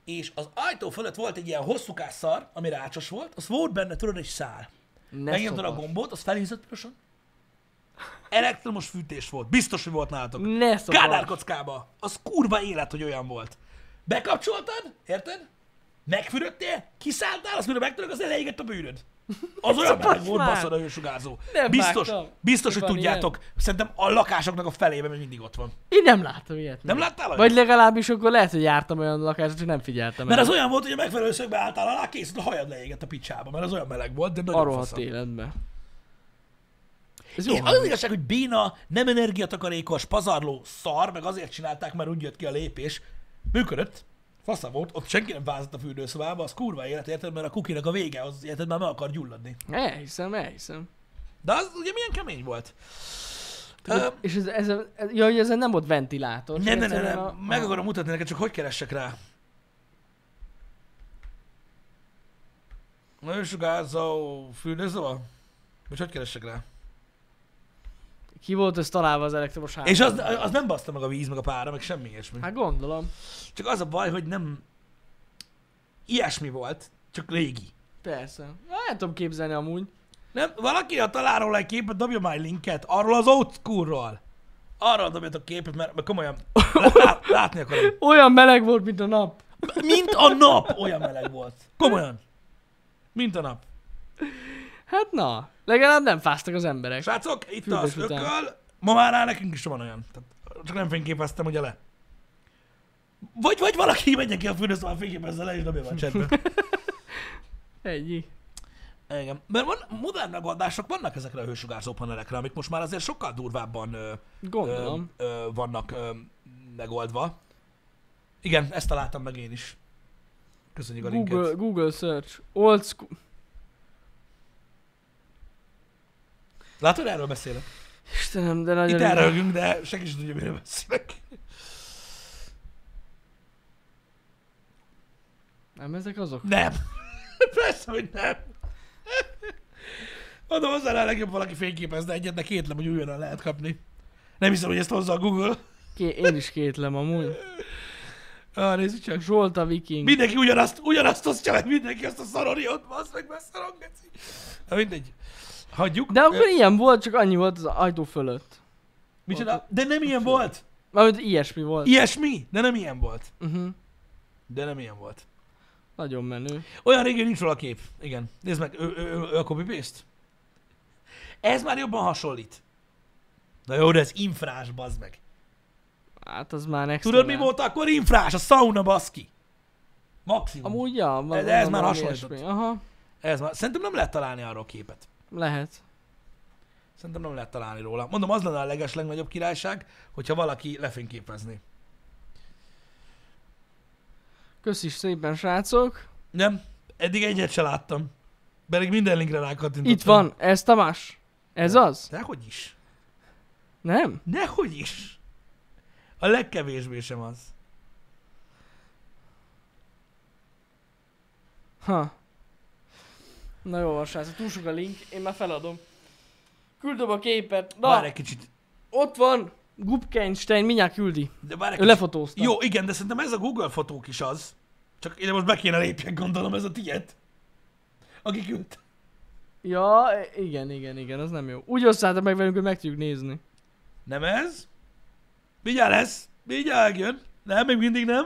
és az ajtó fölött volt egy ilyen hosszúkás szar, ami rácsos volt, az volt benne, tudod, egy szál. Megnyomtad a gombot, az felhízott pirosan. Elektromos fűtés volt. Biztos, hogy volt nálatok. Ne szopás. Kádárkockába. Az kurva élet, hogy olyan volt. Bekapcsoltad, érted? Megfürödtél, kiszálltál, azt mire megtörök, az elejégett a bűnöd. Az olyan meleg volt, baszod a hősugárzó. Biztos, hogy tudjátok. Ilyen. Szerintem a lakásoknak a felében még mindig ott van. Én nem láttam ilyet. Nem láttál olyan? Vagy legalábbis akkor lehet, hogy jártam olyan lakásra, csak nem figyeltem. Mert az olyan volt, hogy a megfelelő szögbe álltál alá, kész, a hajad leégett a picsába, mert az olyan meleg volt, de nagyon rohadt életben. Ez jó. Az igazság, hogy béna, nem energiatakarékos, pazarló szar, meg azért csinálták, mert úgy jött ki a lépés. Működött. Fasza volt, ott senki nem vázott a fürdőszobába, az kurva élet, érted, mert a kukinak a vége, az érted, már meg akar gyulladni. Elhiszem. De az ugye milyen kemény volt. És hogy ezen nem volt ventilátor. Nem. Meg akarom mutatni neked, csak hogy keressek rá. Hősugárzó fürdőszoba? Vagy hogy keressek rá? Ki volt ez találva az elektromos háló? És az nem baszta meg a víz, meg a pára, meg semmi ilyesmi. Hát gondolom. Csak az a baj, hogy nem ilyesmi volt, csak régi. Persze. El tudom képzelni amúgy. Nem, valaki a talál róla egy képet, dobja már egy linket, arról az old schoolról. Arról dobjatok képet, mert komolyan látni akarom. Olyan meleg volt, mint a nap. Mint a nap olyan meleg volt. Komolyan. Mint a nap. Hát na, legalább nem fáztak az emberek. Srácok, itt az ököl, ma már rá nekünk is van olyan. Tehát csak nem fényképeztem ugye le. Vagy valaki menjen ki a fürdőszobán, fényképezze le és dobja már chatbe. Ennyi. Igen. Mert modern megoldások vannak ezekre a hősugárzó panelekre, amik most már azért sokkal durvábban vannak megoldva. Igen, ezt találtam meg én is. Köszönjük a linket. Google search. Old school. Látod, erről beszélek? Istenem, de nagyon... Itt elrögünk, de senki sem tudja, miről beszélek. Nem ezek azok? Nem. Persze, hogy nem. Mondom, hozzá a legjobb valaki fényképezne egyet, de kétlem, hogy újonnan lehet kapni. Nem hiszem, hogy ezt hozza a Google. Én is kétlem amúgy. Nézzük csak. Zsolta Viking. Mindenki ugyanazt osztja meg, mindenki azt a szaroriót, bassz meg, beszarong, geci. Na mindegy. Hagyjuk. De akkor ilyen volt, csak annyi volt az ajtó fölött. Micsoda? De nem ilyen volt. Mármint ilyesmi volt. Ilyesmi? De nem ilyen volt. De nem ilyen volt. Nagyon menő. Olyan régen nincs róla a kép. Igen. Nézd meg, ő a copy-paste. Ez már jobban hasonlít. Na jó, de ez infrás, bazd meg. Hát az már extra. Tudod, mi volt akkor infrás? A sauna, baszki. Maximum. Amúgy, ja. De ez már hasonlított. Aha. Ez már. Szerintem nem lehet találni arról képet. Lehet. Szerintem nem lehet találni róla. Mondom, az lenne a legnagyobb királyság, hogyha valaki lefényképezni. Köszi szépen, srácok. Nem, eddig egyet se láttam. Pedig minden linkre rákattintottam. Itt van, ez Tamás. Ez az? Dehogy is. Nem? Dehogy is. A legkevésbé sem az. Ha. Na jó van, srácok, túl sok a link, én már feladom. Küldöm a képet. Na, Várj egy kicsit. Ott van. Gubkenstein, mindjárt küldi. De várj egy ő kicsit. lefotózta. Jó, igen, de szerintem ez a Google fotók is az. Csak ide most be kéne lépjek, gondolom, ez a tiéd. Aki küldte. Ja, igen, az nem jó. Úgy osztáltak meg velünk, hogy meg tudjuk nézni. Nem ez? Mindjárt lesz. Mindjárt jön. Nem, még mindig nem.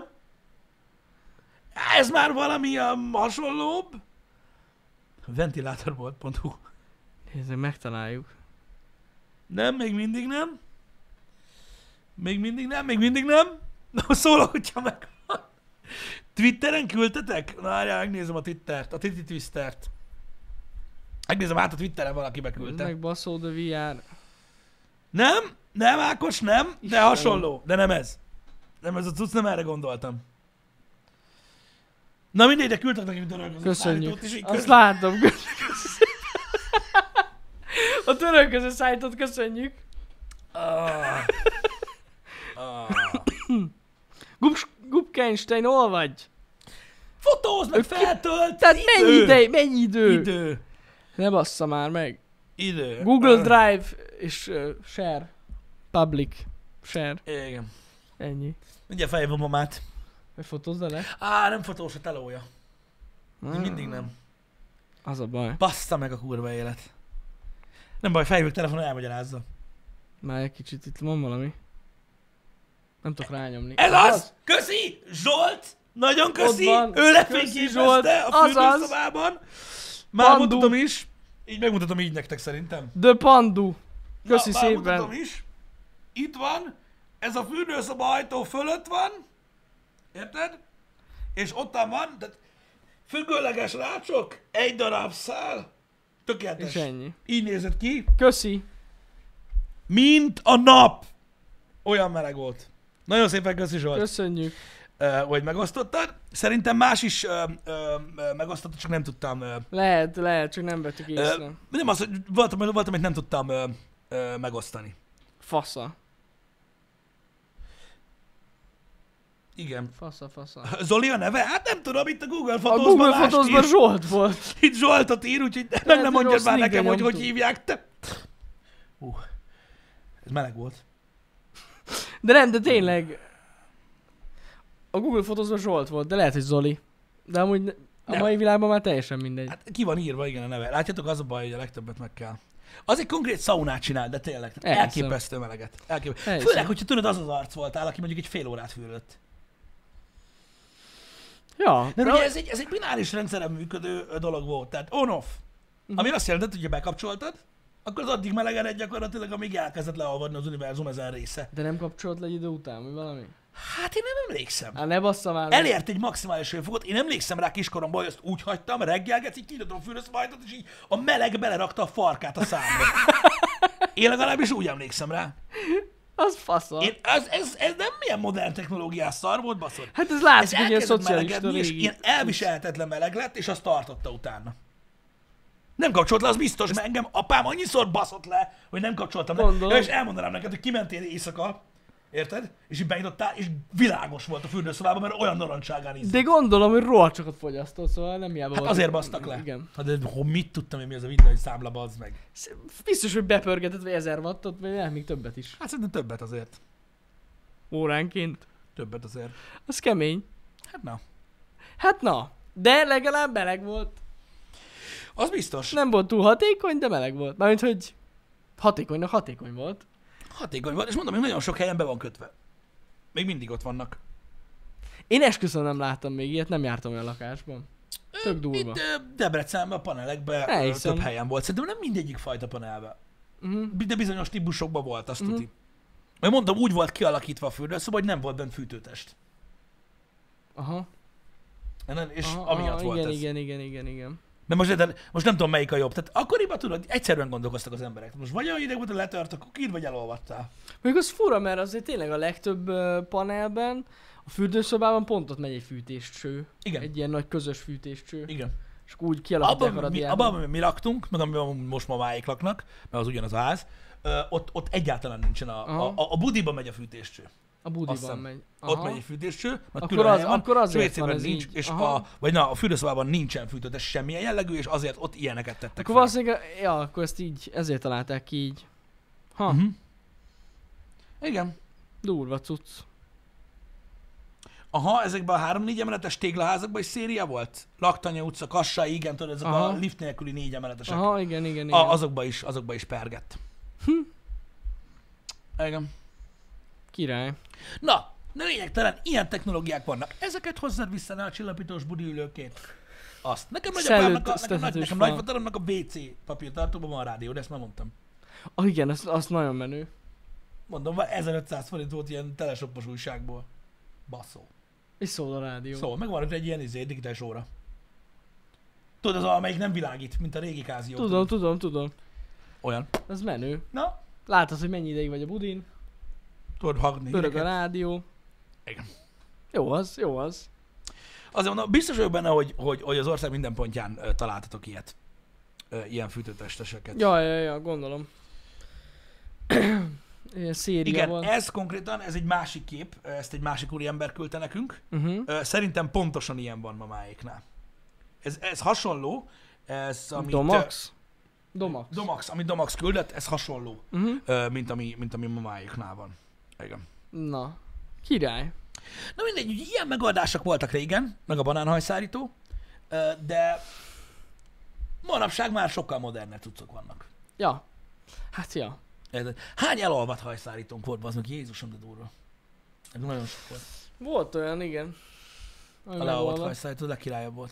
Ez már valami hasonlóbb. Ventilátorbolt.hu. Nézzük, megtaláljuk. Nem, még mindig nem. Még mindig nem. Na, szólok, hogyha meg van. Twitteren küldtetek? Na, várjál, megnézem a Twittert, a Twistert. Megnézem át a Twitteren, valaki beküldte. Megbaszó de VR. Nem, Ákos, nem, de hasonló. De nem ez. Nem ez a cucc, nem erre gondoltam. Na mindegy, de küldtek nekünk törölköző Köszönjük. is. Azt látom. A törölköző szájtot köszönjük. Gubkenstein, hol vagy? Fotózd meg, feltölt! Tehát mennyi idő? Idő. Ne bassza már meg. Idő. Google Drive és share. Public. Share. Igen. Ennyi. Mindjárt felhívom mamát. Vagy fotózza le? Nem fotós a telója. Mindig nem. Az a baj. Bassza meg a kurva élet. Nem baj, felhívjuk telefonon, elmagyarázza. Már egy kicsit itt van valami. Nem tudok rányomni. Ez az! Köszi! Zsolt! Nagyon köszi! Ott van. Ő Köszi, Zsolt. lefényképezte a Azaz. fürdőszobában. Már Pandu. mutatom is. Így megmutatom így nektek szerintem. The Pandu. Köszi Már szépen. mutatom is. Itt van. Ez a fürdőszoba ajtó fölött van. Érted? És ottan van. Tehát függőleges rácsok. Egy darab szál. Tökéletes. És ennyi. Így nézett ki. Köszi. Mint a nap. Olyan meleg volt. Nagyon szépen köszi, Zsolt. Köszönjük. Hogy megosztottad. Szerintem más is megosztotta, csak nem tudtam. Lehet, csak nem vettük észre. Nem az, hogy volt, amit nem tudtam megosztani. Fasza. Igen. Fasza. Zoli a neve? Hát nem tudom, itt a Google A Fotózban Google mást Fotózban ír. Zsolt volt. Itt Zsoltot ír, úgyhogy meg hogy nem mondjad rossz már nickben nekem, hogy nyomtuk. hívják te. Ez meleg volt. De tényleg. A Google Fotózban Zsolt volt, de lehet, hogy Zoli. De amúgy a Nem. mai világban már teljesen mindegy. Hát ki van írva, igen, a neve. Látjátok, az a baj, hogy a legtöbbet meg kell. Az egy konkrét szaunát csinál, de tényleg. Elhiszem. Elképesztő meleget. Elhiszem. Főleg, hogyha tudod, az az arc voltál, aki mondjuk egy fél órát fürdött. Ja. De ugye ez egy bináris rendszeren működő dolog volt, tehát on-off. Ami azt jelenti, hogy ha bekapcsoltad, akkor az addig melegedett gyakorlatilag, amíg elkezdett leolvadni az univerzum ezen része. De nem kapcsolt le egy idő után, vagy valami? Hát én nem emlékszem. Hát ne bassza már. Elért egy maximális hőfokot, én emlékszem rá kiskoromban, hogy azt úgy hagytam, reggelget, így kinyitom a fürdőszobáját, és így a meleg belerakta a farkát a számba. Én legalábbis úgy emlékszem rá. Az fasza. Ez nem milyen modern technológiás szar volt, baszod. Hát ez Ez látszik, hogy ilyen elkezdett szocialista melegedni, és régi. ilyen elviselhetetlen meleg lett, és azt tartotta utána. Nem kapcsolt le, az biztos, mert engem apám annyiszor baszott le, hogy nem kapcsoltam le. Gondolom. Ja, és elmondanám neked, hogy kimentél éjszaka, érted? És így benyitottál, és világos volt a fürdőszobában, mert olyan narancságán ízott. De gondolom, hogy rohadt sokat fogyasztott, szóval nem hiába Hát volt. azért basztak le. Igen. Hát de mit tudtam én, mi az a villanyszámla, bazd meg. Biztos, hogy bepörgetett, vagy 1000 wattot, vagy még többet is. Hát szerintem többet azért. Óránként. Többet azért. Az kemény. Hát na. Hát na. De legalább meleg volt. Az biztos. Nem volt túl hatékony, de meleg volt. Mármint, hogy hatékonynak hatékony volt. Hatékony volt, és mondom, hogy nagyon sok helyen be van kötve. Még mindig ott vannak. Én esküszöm nem láttam még ilyet, nem jártam olyan lakásban. Tök durva. Itt Debrecenben, a panelekben Elhiszem. több helyen volt. Szerintem nem mindegyik fajta panelben. De bizonyos típusokban volt, azt tuti. Mert mondom, úgy volt kialakítva a fürdőszoba, hogy nem volt bent fűtőtest. Aha. És amiatt volt igen, ez. igen. De most nem tudom, melyik a jobb. Tehát akkoriban tudod, egyszerűen gondolkoztak az emberek. Most vagy olyan ideg volt, hogy letört, akkor írd, vagy elolvadtál. Mondjuk az fura, mert azért tényleg a legtöbb panelben, a fürdőszobában pont ott megy egy fűtéscső. Igen. Egy ilyen nagy közös fűtéscső. Igen. És akkor úgy kialakítják a Abban, radiátort. amiben mi laktunk, meg amiben most mamáik laknak, mert az ugyanaz a ház, ott egyáltalán nincsen a budiban megy a fűtéscső. A Azt budiban hiszem. megy. Ott megy egy fűtéscső, mert Akkor külön az- helyen van, akkor azért és a van WC-ben ez nincs, így. és Aha. a fürdőszobában nincsen fűtőtest semmilyen jellegű, és azért ott ilyeneket tettek Akkor fel. valószínűleg, ja, akkor ezt így, ezért találták ki így. Ha, Mhm. Igen. durva cucc. Aha, ezekben a 3-4 emeletes téglaházakban is széria volt? Laktanya utca, Kassai, igen, tudod, ezek Aha. a lift nélküli 4 emeletesek. Aha, igen. Azokba is pergett. Igen. Király. Na, de lényegtelen, ilyen technológiák vannak. Ezeket hozzad vissza ne a csillapítós budi ülőkét. Azt. Nekem Szellőztethetős fal. nagyfateremnek a WC papírtartóban van rádió, de ezt már mondtam. Igen, az nagyon menő. Mondom, 1500 forint volt ilyen telesoppos újságból. Baszó. És szól a rádió. Szóval megvan ott egy ilyen digitális óra. Tudod, az amelyik nem világít, mint a régi kázió. Tudom. Olyan. Az menő. Na, Látod, hogy mennyi ideig vagy a budin. tudod hagni. Pörög a híreket. rádió. Igen. Jó az. Azért mondom, biztos vagyok benne, hogy az ország minden pontján találtatok ilyet. Ilyen fűtőtesteseket. Ja, gondolom. Ilyen széria Igen, van. ez konkrétan, ez egy másik kép, ezt egy másik úriember küldte nekünk. Szerintem pontosan ilyen van mamáéknál. Ez hasonló, ez amit... Domax? Domax, amit Domax küldött, ez hasonló, mint ami mamáéknál van. Igen. Na. Király. Na mindegy, ugye ilyen megoldások voltak régen, meg a banánhajszárító, de manapság már sokkal modernebb cuccok vannak. Ja. Hát ja. Érted? Hány elalvat hajszárítónk volt, az meg Jézusom, de durva. Ez nagyon sok volt. Volt olyan, igen. A leolvat hajszárító legkirályabb volt.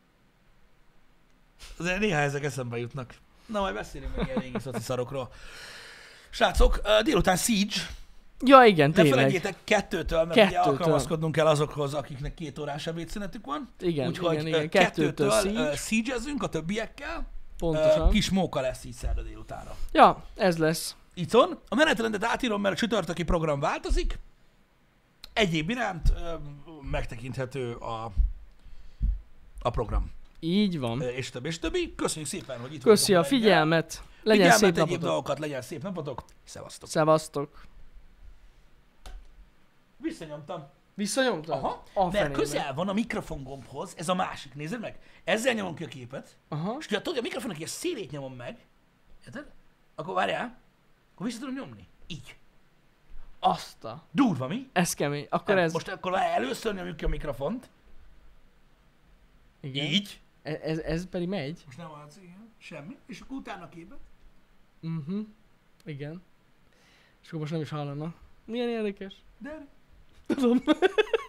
Azért néha ezek eszembe jutnak. Na, majd beszélünk meg ilyen régi szoci szarokról. Srácok, délután Siege. Ja, igen, Ne tényleg. felejtjétek 2-től, mert ugye alkalmazkodnunk kell azokhoz, akiknek 2 órás ebédszünetük van. Igen, Úgyhogy igen. 2-től Siege-ezünk a többiekkel. Pontosan. Kis móka lesz így szerda délutánra. Ja, ez lesz. Icon. A menetrendet átírom, mert a csütörtöki program változik. Egyéb iránt megtekinthető a program. Így van. És többi, és többi. Köszönjük szépen, hogy itt Köszi a voltatok figyelmet. Legyen Figyelmet, szép egyéb napotok. dolgokat, legyen szép napotok. Szevasztok. Szevasztok. Visszanyomtam. Visszanyomtad? Aha, A mert fenébe. közel van a mikrofongombhoz, ez a másik, nézd meg. Ezzel nyomom ki a képet, Aha. és tudod, a mikrofonnak ilyen szélét nyomom meg, érted? Akkor várjál, akkor vissza tudom nyomni. Így. Azt a... Durva, mi? Ez kemény. Akkor ez... Most akkor először nyomjuk ki a mikrofont. Igen. Így. Ez pedig megy. Most nem van igen, semmi. És akkor utána a képet. Igen. És akkor most nem is hallanak. Milyen érdekes. De Tudom.